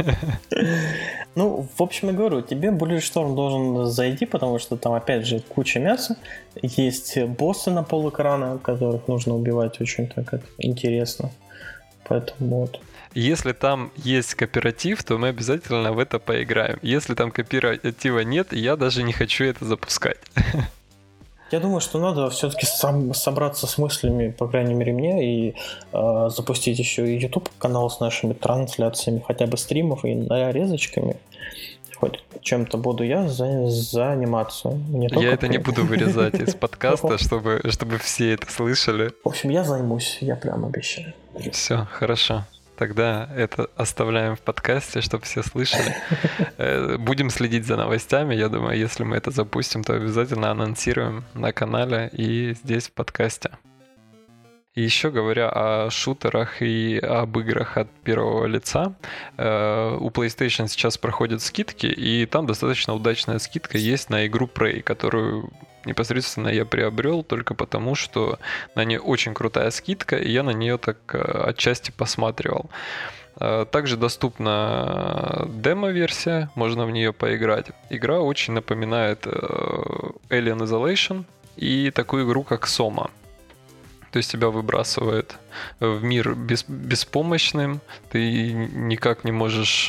Ну, в общем, я говорю, тебе Bulletstorm должен зайти, потому что там, опять же, куча мяса. Есть боссы на полэкрана, которых нужно убивать очень так интересно. Поэтому вот. Если там есть кооператив, то мы обязательно в это поиграем. Если там кооператива нет, я даже не хочу это запускать. Я думаю, что надо все-таки сам собраться с мыслями, по крайней мере мне, и э, запустить еще и YouTube-канал с нашими трансляциями, хотя бы стримов и нарезочками. Хоть чем-то буду я за- заниматься. Не я это не буду вырезать из подкаста, чтобы, чтобы все это слышали. В общем, я займусь, я прям обещаю. Все, хорошо. Тогда это оставляем в подкасте, чтобы все слышали. Будем следить за новостями. Я думаю, если мы это запустим, то обязательно анонсируем на канале и здесь в подкасте. И еще говоря о шутерах и об играх от первого лица, у PlayStation сейчас проходят скидки, и там достаточно удачная скидка есть на игру Prey, которую непосредственно я приобрел только потому, что на ней очень крутая скидка, и я на нее так отчасти посматривал. Также доступна демо-версия, можно в нее поиграть. Игра очень напоминает Alien Isolation и такую игру, как Soma. То есть тебя выбрасывает в мир бес- беспомощным, ты никак не можешь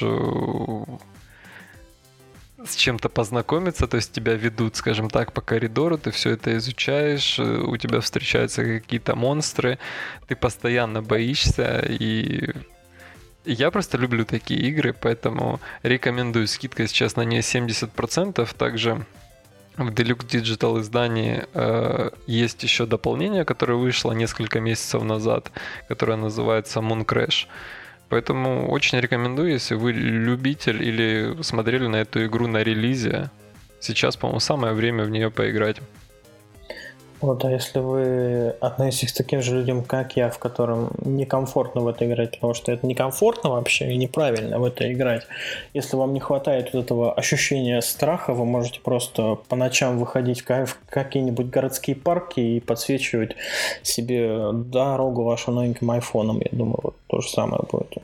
с чем-то познакомиться, то есть тебя ведут, скажем так, по коридору, ты все это изучаешь, у тебя встречаются какие-то монстры, ты постоянно боишься, и я просто люблю такие игры, поэтому рекомендую. Скидка сейчас на нее семьдесят процентов, также в Deluxe Digital издании э, есть еще дополнение, которое вышло несколько месяцев назад, которое называется Moon Crash. Поэтому очень рекомендую, если вы любитель или смотрели на эту игру на релизе. Сейчас, по-моему, самое время в нее поиграть. Вот, а если вы относитесь к таким же людям, как я, в котором некомфортно в это играть, потому что это некомфортно вообще и неправильно в это играть. Если вам не хватает вот этого ощущения страха, вы можете просто по ночам выходить в какие-нибудь городские парки и подсвечивать себе дорогу вашим новеньким айфоном. Я думаю, вот то же самое будет.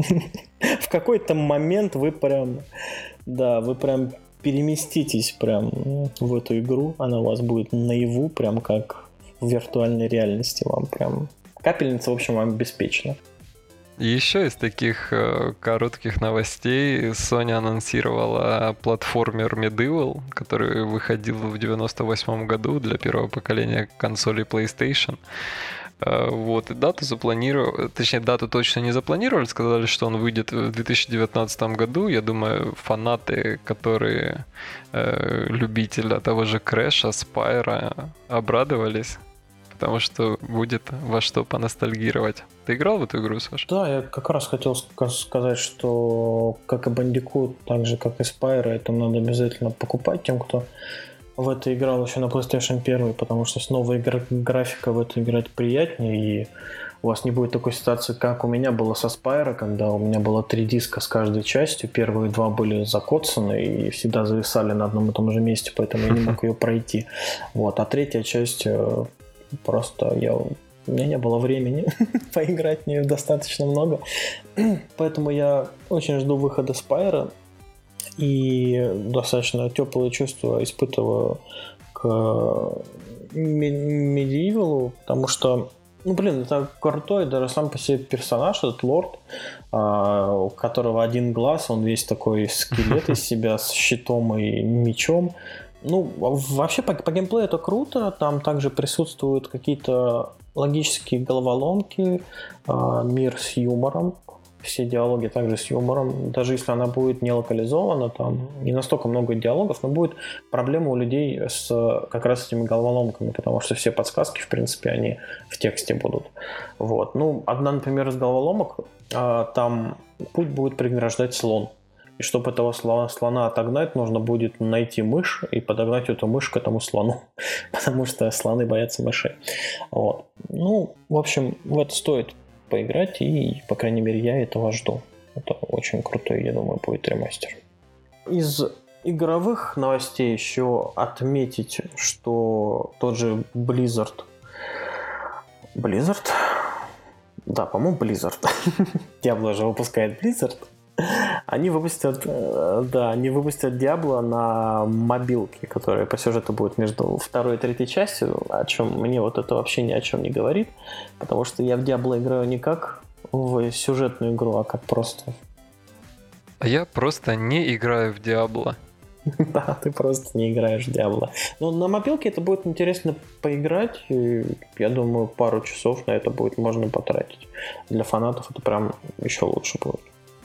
В какой-то момент вы прям, да, вы прям переместитесь прям в эту игру, она у вас будет наяву, прям как в виртуальной реальности, вам прям капельница, в общем, вам обеспечена. И еще из таких э, коротких новостей Sony анонсировала платформер Medieval, который выходил в девяносто восьмом году для первого поколения консолей PlayStation. Вот, и дату запланировали, точнее, дату точно не запланировали, сказали, что он выйдет в две тысячи девятнадцатом году. Я думаю, фанаты, которые э, любители того же Крэша, Спайра, обрадовались, потому что будет во что поностальгировать. Ты играл в эту игру, Саша? Да, я как раз хотел сказать, что как и Bandicoot, так же как и Spyro, это надо обязательно покупать тем, кто в это играл еще на PlayStation один, потому что с новой гра- графикой в это играть приятнее, и у вас не будет такой ситуации, как у меня было со Spyro, когда у меня было три диска с каждой частью, первые два были закоцаны и всегда зависали на одном и том же месте, поэтому я не мог ее пройти. Вот. А третья часть просто я... у меня не было времени поиграть в нее достаточно много, поэтому я очень жду выхода Spyro. и достаточно теплые чувства испытываю к Medieval, потому что, ну, блин, это крутой даже сам по себе персонаж, этот лорд, у которого один глаз, он весь такой скелет из себя с щитом и мечом. Ну, вообще по, по геймплею это круто, там также присутствуют какие-то логические головоломки, мир с юмором. Все диалоги также с юмором. Даже если она будет не локализована, там не настолько много диалогов, но будет проблема у людей с как раз этими головоломками, потому что все подсказки, в принципе, они в тексте будут. Вот. Ну, одна, например, из головоломок, там путь будет преграждать слон. И чтобы этого слона, слона отогнать, нужно будет найти мышь и подогнать эту мышь к этому слону. Потому что слоны боятся мышей. Вот. Ну, в общем, в это стоит поиграть, и, по крайней мере, я этого жду. Это очень крутой, я думаю, будет ремастер. Из игровых новостей еще отметить, что тот же Blizzard... Blizzard? Да, по-моему, Blizzard. Diablo же выпускает Blizzard. Они выпустят, да, они выпустят Diablo на мобилке, которая по сюжету будет между второй и третьей частью, о чем мне вот это вообще ни о чем не говорит, потому что я в Diablo играю не как в сюжетную игру, а как просто... А я просто не играю в Diablo. Да, ты просто не играешь в Diablo. Но на мобилке это будет интересно поиграть, и я думаю, пару часов на это будет можно потратить. Для фанатов это прям еще лучше будет.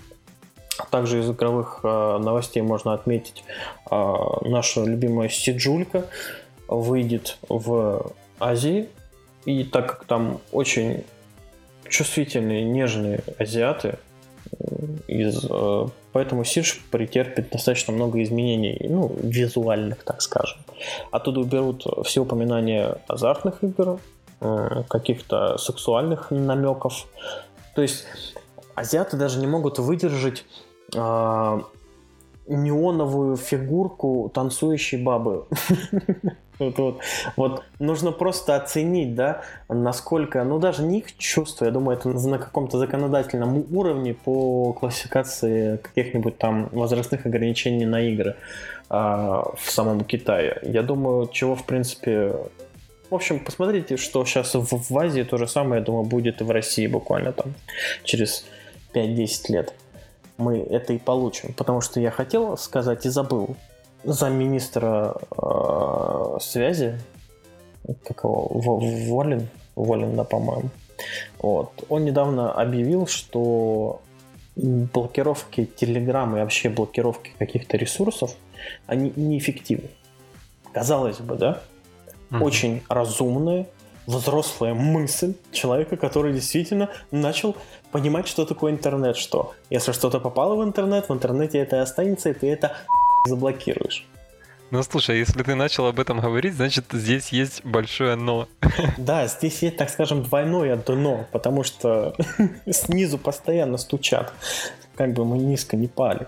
Также из игровых э, новостей можно отметить, э, наша любимая Сиджулька выйдет в Азии. И так как там очень чувствительные, нежные азиаты, из, э, поэтому Сидж претерпит достаточно много изменений, ну, визуальных, так скажем. Оттуда уберут все упоминания азартных игр, э, каких-то сексуальных намеков. То есть азиаты даже не могут выдержать А, неоновую фигурку танцующей бабы. вот, вот, вот нужно просто оценить, да, насколько, ну даже не их чувства, я думаю, это на каком-то законодательном уровне по классификации каких-нибудь там возрастных ограничений на игры а, в самом Китае. Я думаю, чего в принципе... В общем, посмотрите, что сейчас в, в Азии то же самое, я думаю, будет и в России буквально там через пять-десять лет. Мы это и получим. Потому что я хотел сказать и забыл. Замминистра э, связи, как его, Волин, Волин, да, по-моему. Вот. Он недавно объявил, что блокировки Telegram и вообще блокировки каких-то ресурсов, они неэффективны. Казалось бы, да? Mm-hmm. Очень разумная, взрослая мысль человека, который действительно начал понимать, что такое интернет, что если что-то попало в интернет, в интернете это и останется, и ты это заблокируешь. Ну слушай, если ты начал об этом говорить, значит здесь есть большое «но». Да, здесь есть, так скажем, двойное дно, потому что снизу постоянно стучат, как бы мы низко не пали.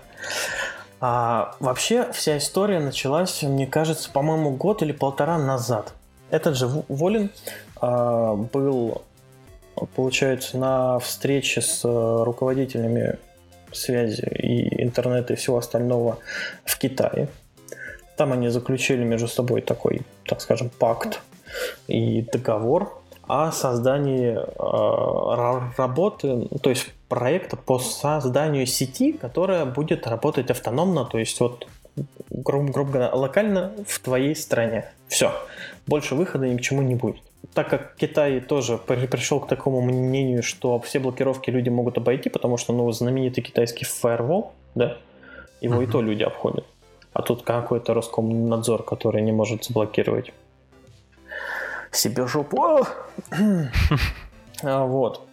А вообще вся история началась, мне кажется, по-моему, год или полтора назад. Этот же Волин а, был, получается, на встрече с руководителями связи и интернета и всего остального в Китае. Там они заключили между собой такой, так скажем, пакт и договор о создании э, работы, то есть проекта по созданию сети, которая будет работать автономно, то есть вот, грубо, грубо говоря, локально в твоей стране. Все. Больше выхода ни к чему не будет. Так как Китай тоже пришел к такому мнению, что все блокировки люди могут обойти, потому что, ну, знаменитый китайский фаервол, да, его uh-huh. и то люди обходят. А тут какой-то Роскомнадзор, который не может заблокировать себе жопу. Вот.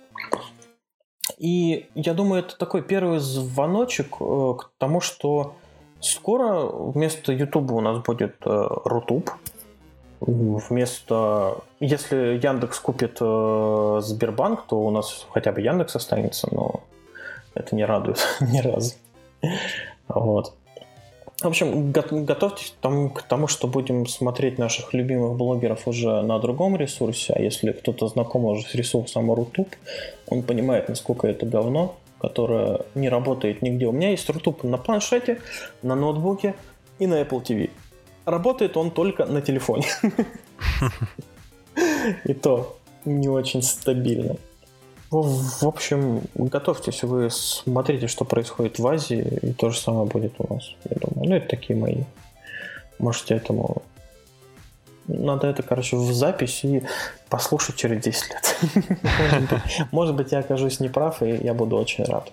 И я думаю, это такой первый звоночек к тому, что скоро вместо Ютуба у нас будет Рутуб. Вместо... Если Яндекс купит э, Сбербанк, то у нас хотя бы Яндекс останется, но это не радует ни разу. Вот. В общем, го- готовьтесь к тому, к тому, что будем смотреть наших любимых блогеров уже на другом ресурсе, а если кто-то знаком уже с ресурсом Рутуб, он понимает, насколько это говно, которая не работает нигде. У меня есть рутуб на планшете, на ноутбуке и на Apple ти ви. Работает он только на телефоне. И то не очень стабильно. В общем, готовьтесь, вы смотрите, что происходит в Азии, и то же самое будет у нас, я думаю. Ну, это такие мои. Можете этому... Надо это, короче, в запись и послушать через десять лет. Может быть, может быть, я окажусь неправ, и я буду очень рад.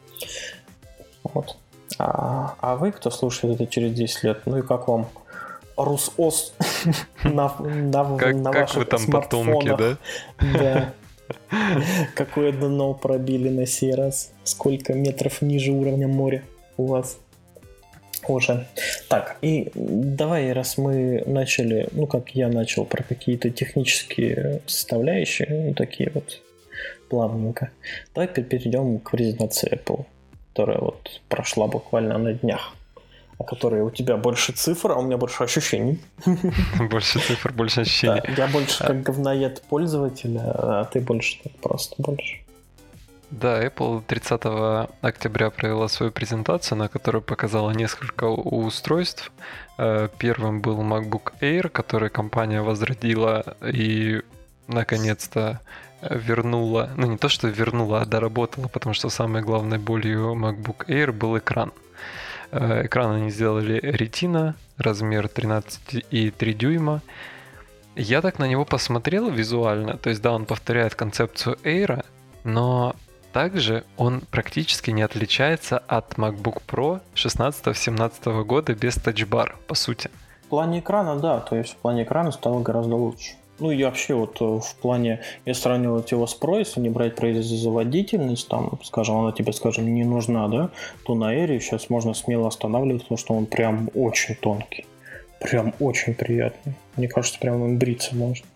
Вот. А, а вы, кто слушает это через десять лет, ну и как вам Русос на, на, как, на как ваших вы там смартфонах? потомки, да? Да. Какое дно пробили на сей раз? Сколько метров ниже уровня моря у вас? Уже. Так, и давай, раз мы начали, ну как я начал про какие-то технические составляющие, ну такие вот плавненько, давай перейдем к презентации Apple, которая вот прошла буквально на днях, о которой у тебя больше цифр, а у меня больше ощущений. Больше цифр, больше ощущений. Да, я больше как говноед пользователя, а ты больше так просто больше. Да, Apple тридцатого октября провела свою презентацию, на которой показала несколько устройств. Первым был MacBook Air, который компания возродила и наконец-то вернула, ну не то что вернула, а доработала, потому что самой главной болью MacBook Air был экран. Экран они сделали Retina, размер тринадцать и три дюйма. Я так на него посмотрел визуально, то есть да, он повторяет концепцию Air, но также он практически не отличается от MacBook Pro шестнадцатого-семнадцатого года без Touch Bar, по сути. В плане экрана, да, то есть в плане экрана стало гораздо лучше. Ну и вообще вот в плане, если сравнивать его с Pro, если не брать производительность, там, скажем, она тебе, скажем, не нужна, да, то на Air сейчас можно смело останавливать, потому что он прям очень тонкий. Прям очень приятный. Мне кажется, прям им бриться можно.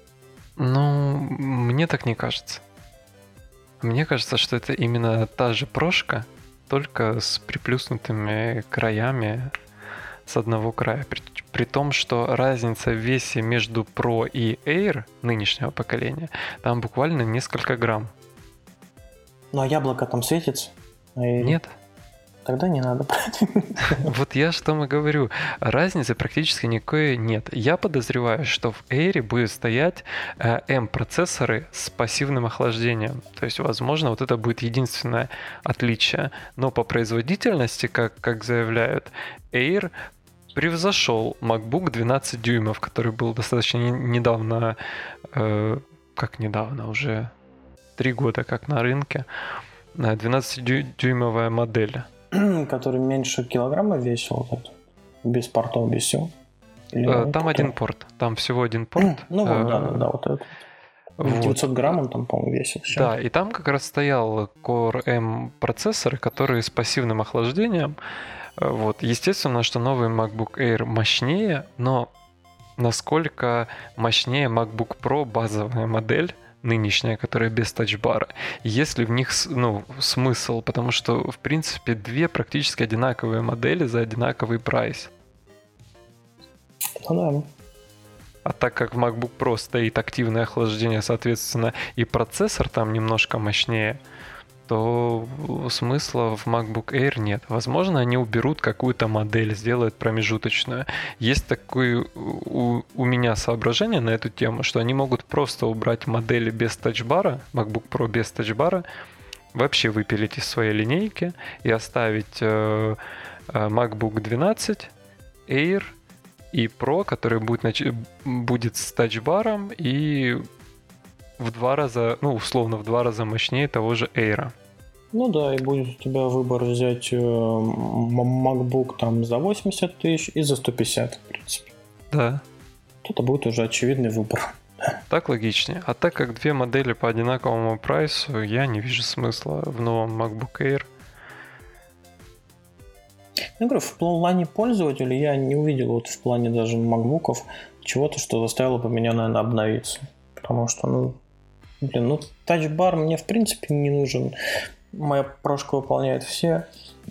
Ну, мне так не кажется. Мне кажется, что это именно та же прошка, только с приплюснутыми краями с одного края. При, при том, что разница в весе между Pro и Air нынешнего поколения, там буквально несколько грамм. Ну а яблоко там светится? И... Нет. Тогда не надо брать. Вот я что и говорю. Разницы практически никакой нет. Я подозреваю, что в Air будет стоять э, M-процессоры с пассивным охлаждением. То есть, возможно, вот это будет единственное отличие. Но по производительности, как, как заявляют, Air превзошел MacBook двенадцать дюймов, который был достаточно не, недавно, э, как недавно, уже три года как на рынке. двенадцатидюймовая модель. Который меньше килограмма весил, вот, без портов, без всего. Или там какой-то... один порт, там всего один порт. Ну вот, да, да, да, вот это. Вот. девятьсот грамм он там, по-моему, весил. Сейчас. Да, и там как раз стоял Core M процессоры, которые с пассивным охлаждением. Вот. Естественно, что новый MacBook Air мощнее, но насколько мощнее MacBook Pro базовая модель, нынешняя, которая без тачбара, есть ли в них ну, смысл, потому что, в принципе, две практически одинаковые модели за одинаковый прайс. Ну да. А так как в MacBook Pro стоит активное охлаждение, соответственно, и процессор там немножко мощнее, то смысла в MacBook Air нет. Возможно, они уберут какую-то модель, сделают промежуточную. Есть такое у, у меня соображение на эту тему, что они могут просто убрать модели без тачбара, MacBook Pro без тачбара, вообще выпилить из своей линейки и оставить э, MacBook двенадцать, Air и Pro, который будет, нач... будет с тачбаром и в два раза, ну, условно, в два раза мощнее того же Air. Ну да, и будет у тебя выбор взять э, MacBook там за восемьдесят тысяч и за сто пятьдесят, в принципе. Да. Это будет уже очевидный выбор. Так логичнее. А так как две модели по одинаковому прайсу, я не вижу смысла в новом MacBook Air. Я говорю, в плане пользователя я не увидел вот в плане даже MacBook'ов чего-то, что заставило бы меня, наверное, обновиться. Потому что, ну, блин, ну, тачбар мне в принципе не нужен. Моя прошка выполняет все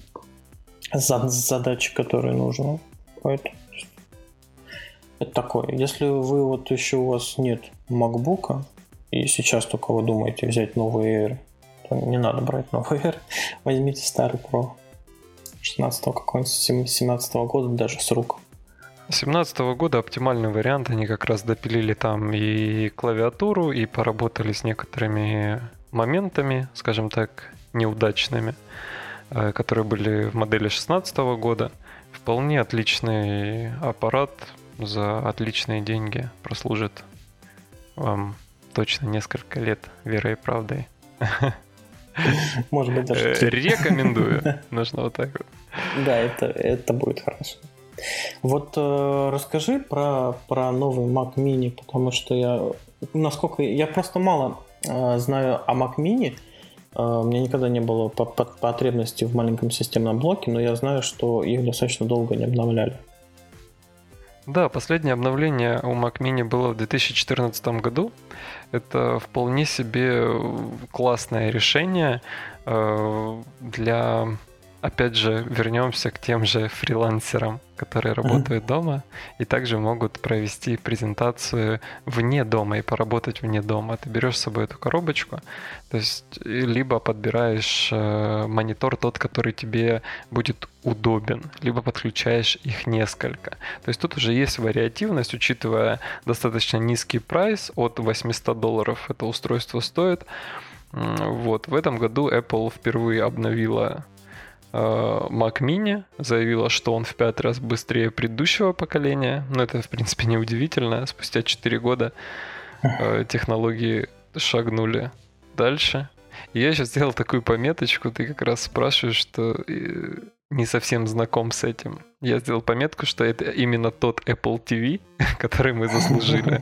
задачи, которые нужны. Поэтому это такое. Если вы вот еще у вас нет MacBook'а, и сейчас только вы думаете взять новый Air, то не надо брать новый Air. Возьмите старый Pro. шестнадцатого какого-нибудь, семнадцатого года даже с рук. семнадцатого года оптимальный вариант. Они как раз допилили там и клавиатуру, и поработали с некоторыми моментами, скажем так, неудачными, которые были в модели шестнадцатого года. Вполне отличный аппарат за отличные деньги прослужит вам точно несколько лет верой и правдой. Может быть, даже... Рекомендую. Нужно вот так вот. Да, это, это будет хорошо. Вот э, расскажи про, про новый Mac Mini, потому что я, насколько я просто мало э, знаю о Mac Mini. Э, у меня никогда не было по- по- потребности в маленьком системном блоке, но я знаю, что их достаточно долго не обновляли. Да, последнее обновление у Mac Mini было в две тысячи четырнадцатом году. Это вполне себе классное решение э, для... Опять же, вернемся к тем же фрилансерам, которые работают mm-hmm. дома и также могут провести презентацию вне дома и поработать вне дома. Ты берешь с собой эту коробочку, то есть либо подбираешь э, монитор тот, который тебе будет удобен, либо подключаешь их несколько. То есть тут уже есть вариативность, учитывая достаточно низкий прайс, от восемьсот долларов это устройство стоит. Вот. В этом году Apple впервые обновила Mac Mini, заявила, что он в пять раз быстрее предыдущего поколения. Но это, в принципе, не удивительно. Спустя четыре года э, технологии шагнули дальше. И я сейчас сделал такую пометочку. Ты как раз спрашиваешь, что э, не совсем знаком с этим. Я сделал пометку, что это именно тот Apple ти ви, который мы заслужили.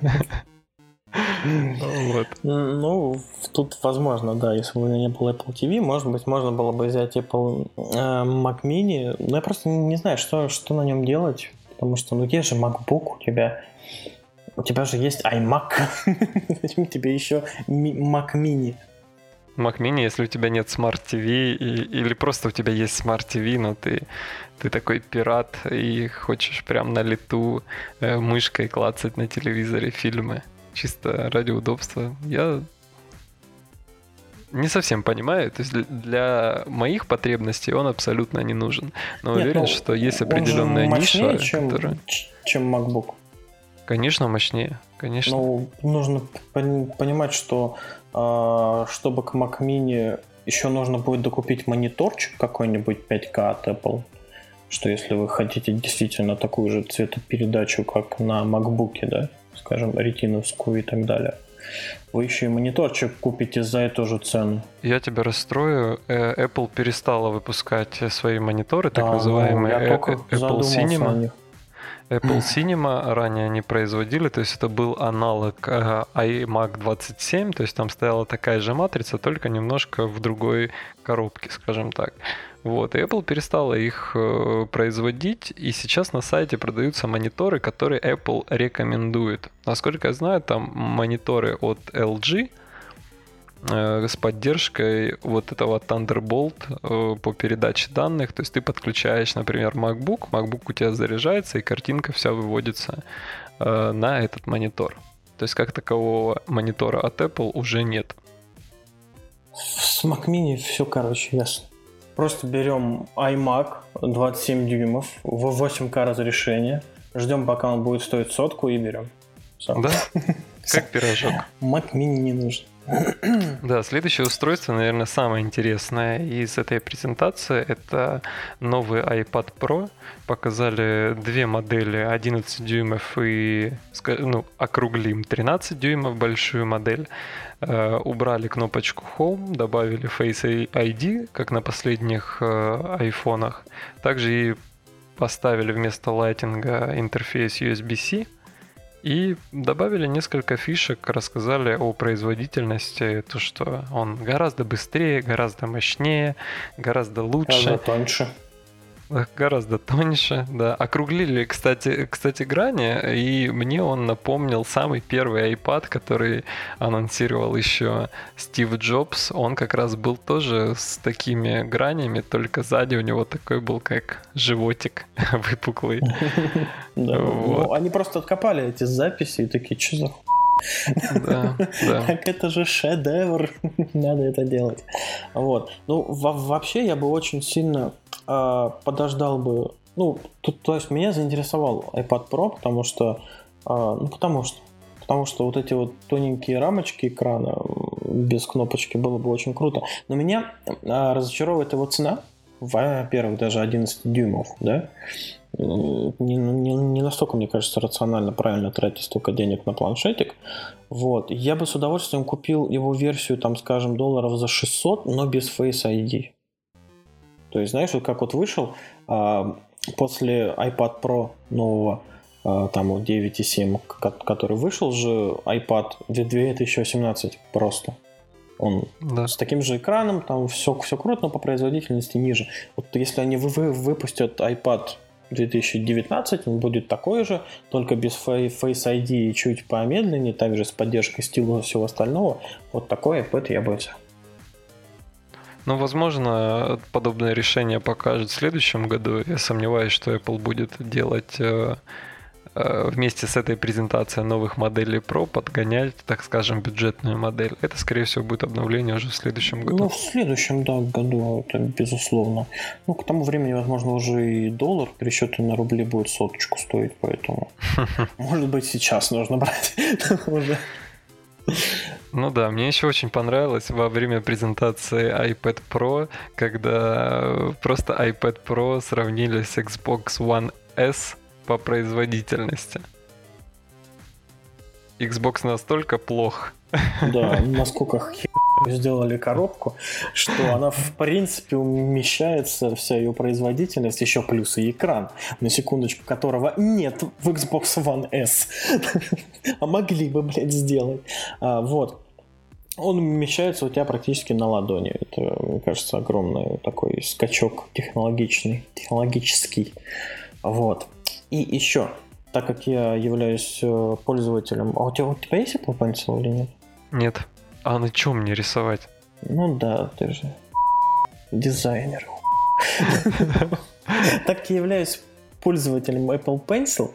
Вот. Ну, тут возможно, да, если бы у меня не было Apple ти ви, может быть, можно было бы взять Apple э, Mac Mini, но я просто не знаю, что, что на нем делать, потому что, ну, есть же MacBook у тебя, у тебя же есть iMac, зачем тебе еще Mac Mini? Mac Mini, если у тебя нет Smart ти ви и, или просто у тебя есть Smart ти ви, но ты, ты такой пират и хочешь прям на лету э, мышкой клацать на телевизоре фильмы. Чисто ради удобства. Я не совсем понимаю. То есть для моих потребностей он абсолютно не нужен. Но Нет, уверен, ну, что есть определенная ниша, чем, которая... чем MacBook. Конечно, мощнее. Конечно. Ну, нужно понимать, что чтобы к Mac Mini еще нужно будет докупить мониторчик какой-нибудь пять ка от Apple. Что если вы хотите действительно такую же цветопередачу, как на MacBook, да, скажем, ретиновскую и так далее, вы еще и мониторчик купите за эту же цену. Я тебя расстрою. Apple перестала выпускать свои мониторы, да, так называемые ну, Apple Cinema. Apple Cinema ранее они производили, то есть это был аналог iMac двадцать семь, то есть там стояла такая же матрица, только немножко в другой коробке, скажем так. Вот, и Apple перестала их э, производить, и сейчас на сайте продаются мониторы, которые Apple рекомендует. Насколько я знаю, там мониторы от эл джи э, с поддержкой вот этого Thunderbolt э, по передаче данных. То есть ты подключаешь, например, MacBook, MacBook у тебя заряжается, и картинка вся выводится э, на этот монитор. То есть как такового монитора от Apple уже нет. С Mac Mini все, короче, ясно. Просто берем iMac двадцать семь дюймов в восемь ка разрешение, ждем, пока он будет стоить сотку, и берем. Все. Да? Как пирожок. Mac Mini не нужен. Да, следующее устройство, наверное, самое интересное из этой презентации, это новый iPad Pro. Показали две модели, одиннадцать дюймов и, ну, округлим, тринадцать дюймов, большую модель. Uh, убрали кнопочку Home, добавили Face ай ди, как на последних uh, айфонах. Также и поставили вместо лайтинга интерфейс ю эс би-C. И добавили несколько фишек, рассказали о производительности, то, что он гораздо быстрее, гораздо мощнее, гораздо лучше. Гораздо тоньше. Гораздо тоньше, да. Округлили, кстати, кстати, грани, и мне он напомнил самый первый iPad, который анонсировал еще Стив Джобс. Он как раз был тоже с такими гранями, только сзади у него такой был, как животик выпуклый. Да, ну, они просто откопали эти записи и такие, что за хуй? Да, да. Так это же шедевр, надо это делать. Вот. Ну, во- вообще я бы очень сильно э, подождал бы. Ну, тут, то есть меня заинтересовал iPad Pro, потому что, э, ну, потому что, потому что вот эти вот тоненькие рамочки экрана м, без кнопочки было бы очень круто. Но меня э, разочаровывает его цена. Во-первых, даже одиннадцать дюймов, да. Не, не, не настолько, мне кажется, рационально правильно тратить столько денег на планшетик. Вот. Я бы с удовольствием купил его версию, там, скажем, долларов за шестьсот, но без Face ай ди. То есть, знаешь, вот как вот вышел а, после iPad Pro нового, а, там вот девять и семь, который вышел же, iPad две тысячи восемнадцать просто. Он Да. с таким же экраном, там все, все круто, но по производительности ниже. Вот если они вы, вы, выпустят iPad две тысячи девятнадцать, он будет такой же, только без Face ай ди и чуть помедленнее, также с поддержкой стилуса и всего остального. Вот такой iPad я бы взял. Ну, возможно, подобное решение покажет в следующем году. Я сомневаюсь, что Apple будет делать э, э, вместе с этой презентацией новых моделей Pro, подгонять, так скажем, бюджетную модель. Это, скорее всего, будет обновление уже в следующем году. Ну, в следующем, да, году, это безусловно. Ну, к тому времени, возможно, уже и доллар в пересчете на рубли будет соточку стоить, поэтому, может быть, сейчас нужно брать уже. Ну да, мне еще очень понравилось во время презентации iPad Pro, когда просто iPad Pro сравнили с Xbox One S по производительности. Xbox настолько плох. Да, насколько хер сделали коробку, что она в принципе умещается, вся ее производительность, еще плюс и экран, на секундочку, которого нет в Xbox One S. А могли бы, блядь, сделать. А, вот. Он умещается у тебя практически на ладони. Это, мне кажется, огромный такой скачок технологичный, технологический. Вот. И еще, так как я являюсь пользователем... А у тебя, у тебя есть Apple Pencil или нет? Нет. А на чем мне рисовать? Ну да, ты же дизайнер. Так как я являюсь пользователем Apple Pencil,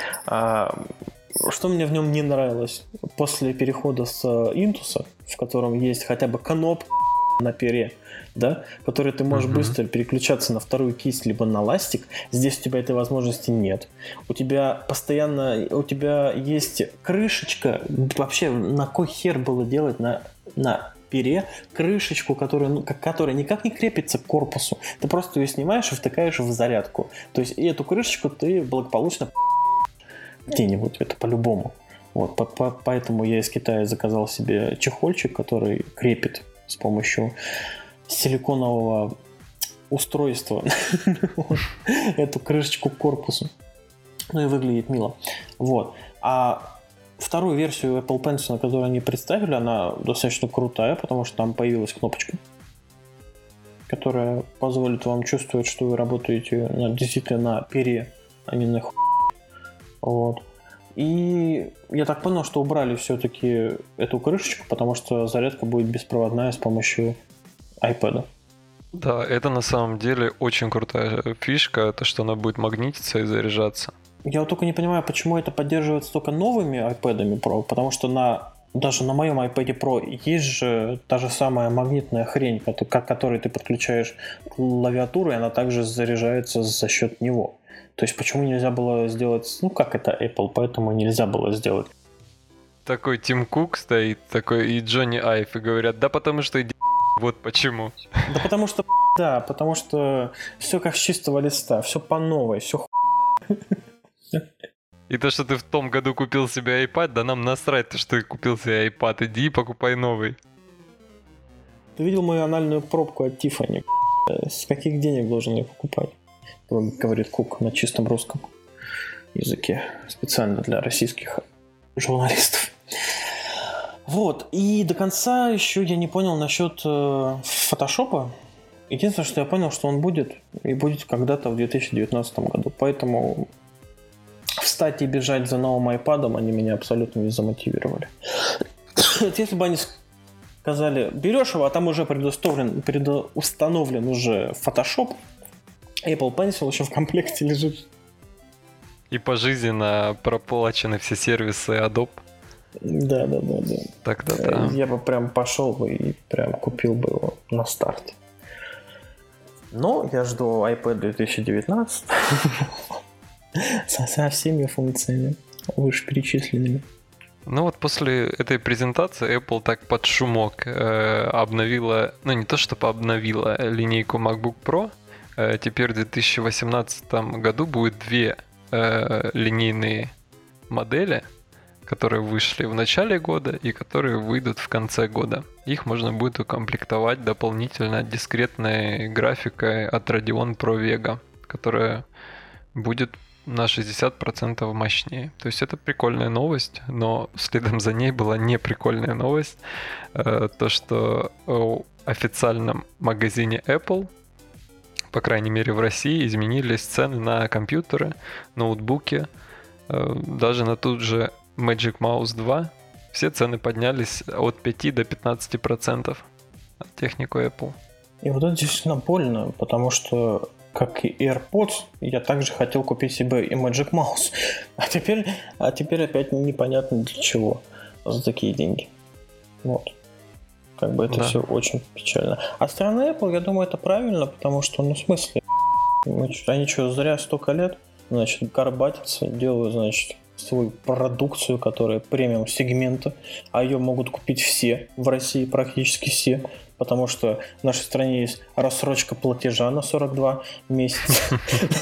что мне в нем не нравилось после перехода с Intuos, в котором есть хотя бы кнопка на пере, да, который ты можешь uh-huh. быстро переключаться на вторую кисть либо на ластик, здесь у тебя этой возможности нет. У тебя постоянно, у тебя есть крышечка, вообще на кой хер было делать на, на пере крышечку, которая, ну, которая никак не крепится к корпусу. Ты просто ее снимаешь и втыкаешь в зарядку. То есть и эту крышечку ты благополучно где-нибудь, это по-любому. Вот, по- по- поэтому я из Китая заказал себе чехольчик, который крепит с помощью силиконового устройства эту крышечку к корпусу. Ну и выглядит мило. Вот. А вторую версию Apple Pencil, которую они представили, она достаточно крутая, потому что там появилась кнопочка, которая позволит вам чувствовать, что вы работаете на, действительно на пере, а не на хуй. Вот. И я так понял, что убрали все-таки эту крышечку, потому что зарядка будет беспроводная с помощью iPad. Да, это на самом деле очень крутая фишка, то, что она будет магнититься и заряжаться. Я вот только не понимаю, почему это поддерживается только новыми iPad Pro, потому что на, даже на моем iPad Pro есть же та же самая магнитная хрень, к которой ты подключаешь клавиатуру, и она также заряжается за счет него. То есть почему нельзя было сделать, ну как это Apple, поэтому нельзя было сделать. Такой Тим Кук стоит, такой и Джонни Айв, и говорят, да потому что иди вот почему. Да потому что, да, потому что все как с чистого листа, все по новой, все ху... И то, что ты в том году купил себе iPad, да нам насрать, то, что ты купил себе iPad, иди и покупай новый. Ты видел мою анальную пробку от Tiffany? С каких денег должен ее покупать? Говорит Кук на чистом русском языке, специально для российских журналистов. Вот, и до конца еще я не понял насчет э, фотошопа. Единственное, что я понял, что он будет, и будет когда-то в две тысячи девятнадцатом году. Поэтому встать и бежать за новым iPad'ом они меня абсолютно не замотивировали. Если бы они сказали, берешь его, а там уже предустановлен, предустановлен уже Photoshop, Apple Pencil еще в комплекте лежит. И пожизненно проплачены все сервисы Adobe. Да, да, да, да. Тогда да. Я бы прям пошел бы и прям купил бы его на старте. Но я жду iPad две тысячи девятнадцать со, со всеми функциями вышеперечисленными. Ну вот после этой презентации Apple так под шумок э, обновила, ну не то чтобы обновила линейку MacBook Pro, э, теперь в две тысячи восемнадцатом году будет две э, линейные модели, которые вышли в начале года и которые выйдут в конце года. Их можно будет укомплектовать дополнительно дискретной графикой от Radeon Pro Vega, которая будет на шестьдесят процентов мощнее. То есть это прикольная новость, но следом за ней была не прикольная новость. То, что в официальном магазине Apple, по крайней мере в России, изменились цены на компьютеры, ноутбуки, даже на тот же Magic Mouse два. Все цены поднялись от пяти до пятнадцати процентов от технику Apple. И вот это действительно больно, потому что как и AirPods, я также хотел купить себе и Magic Mouse. А теперь, а теперь опять непонятно для чего за такие деньги. Вот. Как бы это да. Все очень печально. А страна Apple, я думаю, это правильно, потому что, ну, в смысле, они что, зря столько лет, значит, горбатятся, делают, значит, свою продукцию, которая премиум сегмента, а ее могут купить все в России, практически все, потому что в нашей стране есть рассрочка платежа на сорок два месяца.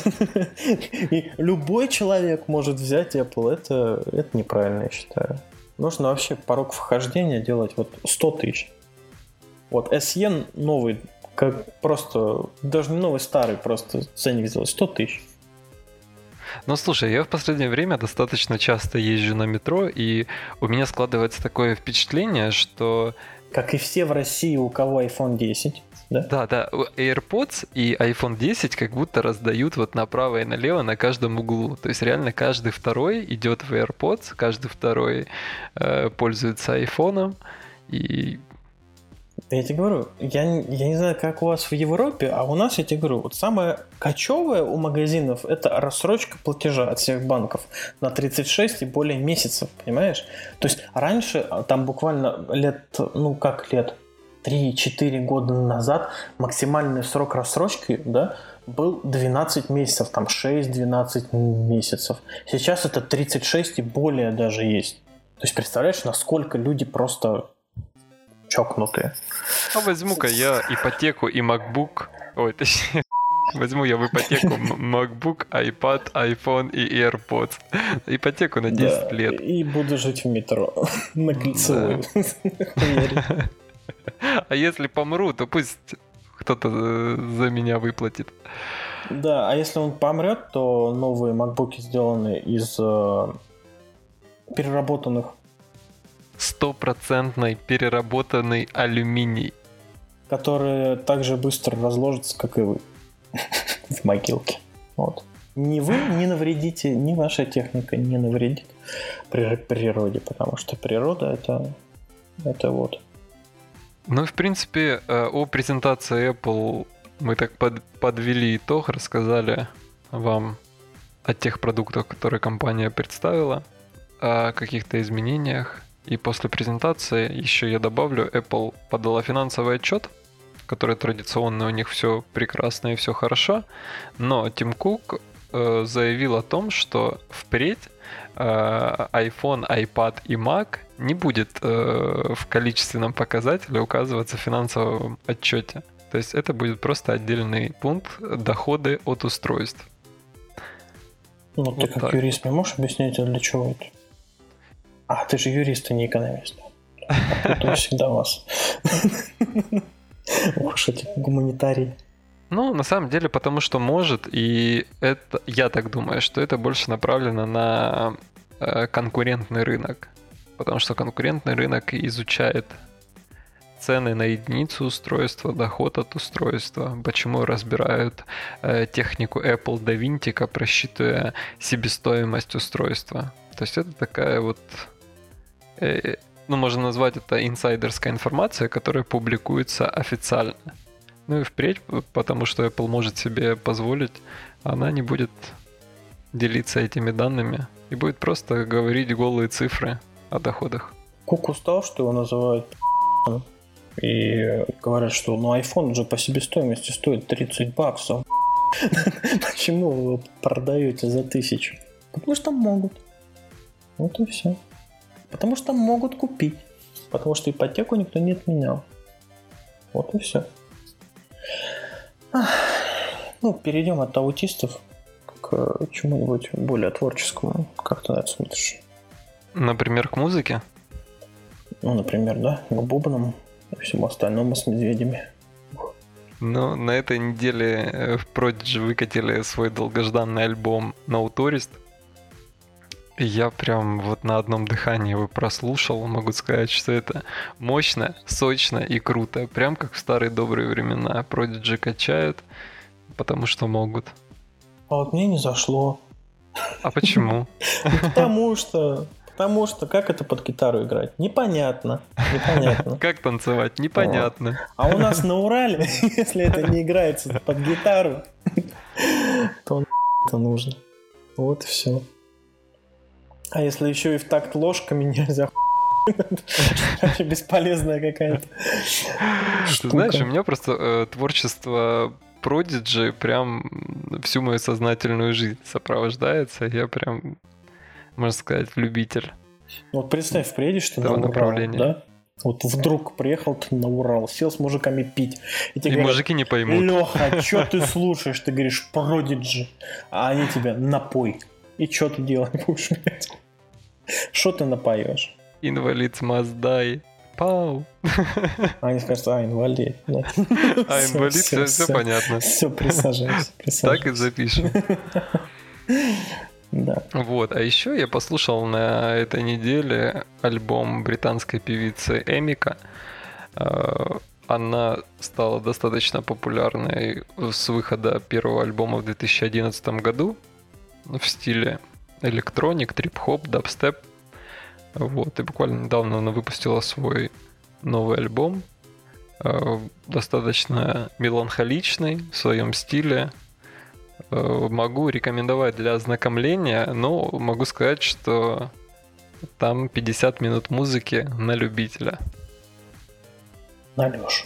И любой человек может взять Apple. Это, это неправильно, я считаю. Нужно вообще порог вхождения делать вот сто тысяч. Вот эс и новый, как просто, даже не новый, старый, просто ценник сделать сто тысяч. Ну, слушай, я в последнее время достаточно часто езжу на метро, и у меня складывается такое впечатление, что... Как и все в России, у кого айфон десять, да? Да, да, AirPods и айфон десять как будто раздают вот направо и налево на каждом углу. То есть реально каждый второй идет в AirPods, каждый второй э, пользуется айфоном, и... Я тебе говорю, я, я не знаю, как у вас в Европе, а у нас, я тебе говорю, вот самое кочевое у магазинов — это рассрочка платежа от всех банков на тридцать шесть и более месяцев, понимаешь? То есть раньше, там буквально лет, ну как лет, три-четыре года назад максимальный срок рассрочки, да, был двенадцать месяцев, там шесть-двенадцать месяцев. Сейчас это тридцать шесть и более даже есть. То есть представляешь, насколько люди просто... чокнутые. А возьму-ка я ипотеку и MacBook. Ой, точнее, возьму я в ипотеку MacBook, iPad, iPhone и AirPods. Ипотеку на десять да, лет. И буду жить в метро. На Кольцевой. А если помру, то пусть кто-то за меня выплатит. Да, а если он помрет, то новые MacBook'и сделаны из переработанных стопроцентный переработанный алюминий. Который так же быстро разложится, как и вы в могилке. Вот. Ни вы не навредите, ни ваша техника не навредит природе, потому что природа это, это вот. Ну, в принципе, о презентации Apple мы так под, подвели итог, рассказали вам о тех продуктах, которые компания представила, о каких-то изменениях. И после презентации еще я добавлю, Apple подала финансовый отчет, который традиционно у них все прекрасно и все хорошо, но Тим Кук э, заявил о том, что впредь э, iPhone, iPad и Mac не будет э, в количественном показателе указываться в финансовом отчете. То есть это будет просто отдельный пункт доходы от устройств. Ну, вот ты как так. Юрист мне можешь объяснить, а для чего это? А, ты же юрист, а не экономист. Это всегда вас. Уж эти гуманитарии. Ну, на самом деле, потому что может, и это, я так думаю, что это больше направлено на э, конкурентный рынок. Потому что конкурентный рынок изучает цены на единицу устройства, доход от устройства, почему разбирают э, технику Apple до винтика, просчитывая себестоимость устройства. То есть это такая вот... Ну, можно назвать это инсайдерская информация, которая публикуется официально. Ну и впредь, потому что Apple может себе позволить, она не будет делиться этими данными и будет просто говорить голые цифры о доходах. Кук устал, что его называют и говорят, что ну iPhone уже по себестоимости стоит тридцать баксов. Почему вы его продаете за тысячу? Потому что могут. Вот и все. Потому что могут купить. Потому что ипотеку никто не отменял. Вот и все. Ну, перейдем от аутистов к чему-нибудь более творческому. Как ты на это смотришь? Например, к музыке? Ну, например, да, к бубнам и всему остальному с медведями. Ну, на этой неделе в Prodigy выкатили свой долгожданный альбом No Tourist. И я прям вот на одном дыхании его прослушал. Могу сказать, что это мощно, сочно и круто. Прям как в старые добрые времена. Prodigy качают, потому что могут. А вот мне не зашло. А почему? Потому что... Потому что как это под гитару играть? Непонятно. Непонятно. Как танцевать? Непонятно. А у нас на Урале, если это не играется под гитару, то это нужно. Вот и все. А если еще и в такт ложками нельзя, вообще бесполезная какая-то штука. Знаешь, у меня просто э, творчество Prodigy прям всю мою сознательную жизнь сопровождается. Я прям, можно сказать, любитель. Вот представь, приедешь ты на Урал, да? Вот вдруг приехал ты на Урал, сел с мужиками пить. И, тебе и говорят, мужики не поймут. Леха, что ты слушаешь? Ты говоришь Prodigy, а они тебя напой. И что ты делать будешь? Что ты напоешь? Инвалид must die. Пау. А они скажут, а, инвалид. Да. А, инвалид, все, все, все, все понятно. Все, присаживайся, присаживайся. Так и запишем. Да. Вот, а еще я послушал на этой неделе альбом британской певицы Эмика. Она стала достаточно популярной с выхода первого альбома в две тысячи одиннадцатом году в стиле электроник, трип-хоп, дабстеп. Вот, и буквально недавно она выпустила свой новый альбом, достаточно меланхоличный в своем стиле. Могу рекомендовать для ознакомления, но могу сказать, что там пятьдесят минут музыки на любителя. На Лёшу.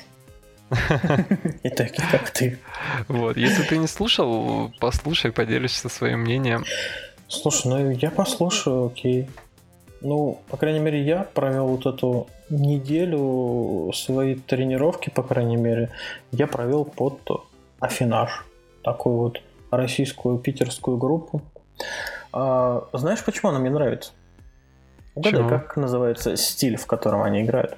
И такие, как ты. Вот, если ты не слушал, послушай, поделишься своим мнением. Слушай, ну я послушаю, окей. Ну, по крайней мере, я провел вот эту неделю своей тренировки, по крайней мере, я провел под Афинаж. Такую вот российскую питерскую группу. А, знаешь, почему она мне нравится? Угадай, Почему? как называется стиль, в котором они играют?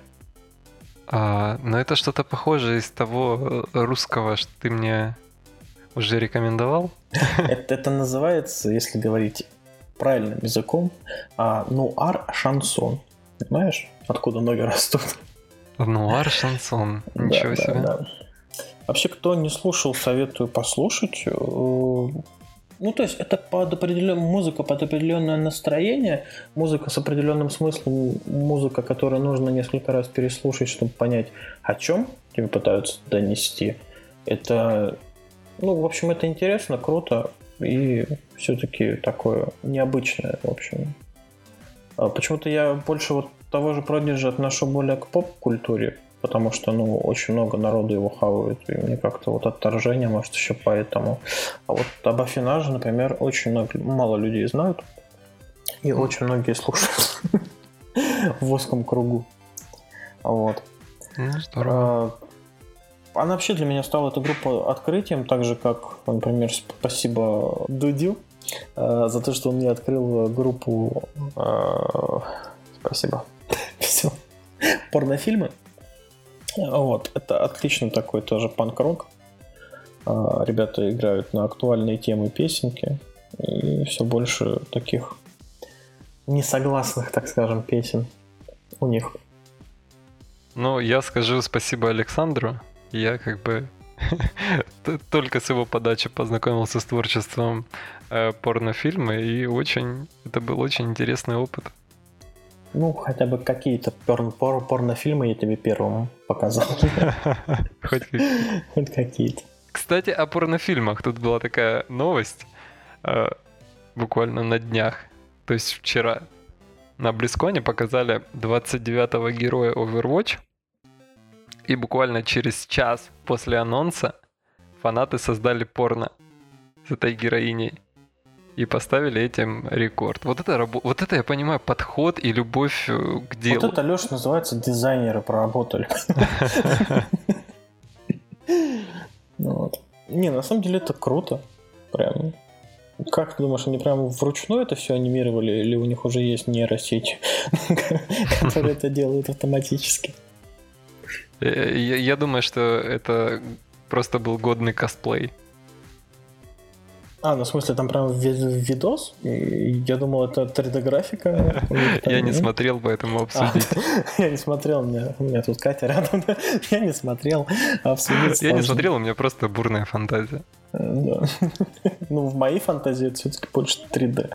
А, ну это что-то похожее из того русского, что ты мне уже рекомендовал. Это, это называется, если говорить правильным языком, а, нуар-шансон. Понимаешь, откуда ноги растут? Нуар-шансон. Ничего да, себе. Да, да. Вообще, кто не слушал, советую послушать. Ну, то есть, это под определенную музыку, под определенное настроение, музыка с определенным смыслом, музыка, которую нужно несколько раз переслушать, чтобы понять, о чем тебе пытаются донести. Это, ну, в общем, это интересно, круто и все-таки такое необычное, в общем. Почему-то я больше вот того же Prodigy отношу более к поп-культуре, потому что, ну, очень много народу его хавают, и мне как-то вот отторжение, может, еще поэтому. А вот об Афинаже, например, очень много, мало людей знают, и mm. очень многие слушают в узком кругу. Вот. Ну, здорово. Она вообще для меня стала эта группа открытием, так же, как, например, спасибо Дудю за то, что он мне открыл группу... Спасибо. Все. Порнофильмы. Вот, это отлично такой тоже панк-рок. Ребята играют на актуальные темы песенки. И все больше таких несогласных, так скажем, песен у них. Ну, я скажу спасибо Александру. Я как бы только с его подачи познакомился с творчеством порнофильма. И очень это был очень интересный опыт. Ну, хотя бы какие-то пор- пор- порнофильмы я тебе первым показал. Хоть какие-то. Хоть какие-то. Кстати, о порнофильмах. Тут была такая новость буквально на днях. То есть вчера. на BlizzCon'е показали двадцать девятого героя Overwatch, и буквально через час после анонса фанаты создали порно с этой героиней и поставили этим рекорд. Вот это, рабо- вот это я понимаю, подход и любовь к делу. Вот это, Лёш, называется дизайнеры проработали. Не, на самом деле это круто. Прям. Как ты думаешь, они прям вручную это все анимировали, или у них уже есть нейросети, которые это делают автоматически? Я, я думаю, что это просто был годный косплей. А, ну в смысле, там прям видос? Я думал, это три дэ-графика. Я не смотрел, поэтому обсудить. Я не смотрел, у меня тут Катя рядом. Я не смотрел, обсудить. Я не смотрел, у меня просто бурная фантазия. Ну, в моей фантазии это все-таки больше три дэ.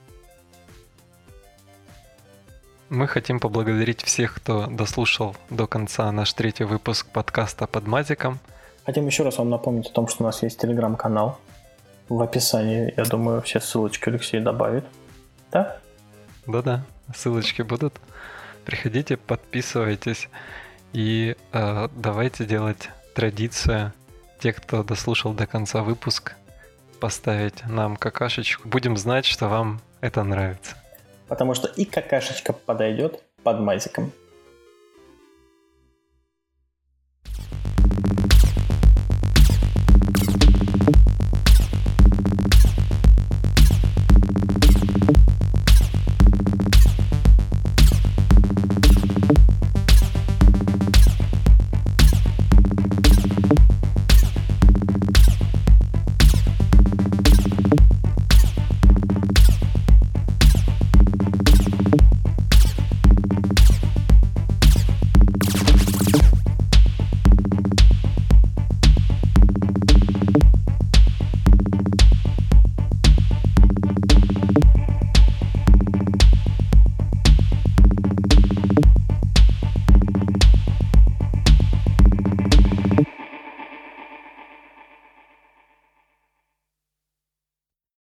Мы хотим поблагодарить всех, кто дослушал до конца наш третий выпуск подкаста «Под мазиком». Хотим еще раз вам напомнить о том, что у нас есть телеграм-канал. В описании, я думаю, все ссылочки Алексей добавит. Да? Да-да, ссылочки будут. Приходите, подписывайтесь. И э, давайте делать традицию. Те, кто дослушал до конца выпуск, поставить нам какашечку. Будем знать, что вам это нравится. Потому что и какашечка подойдет под мазиком.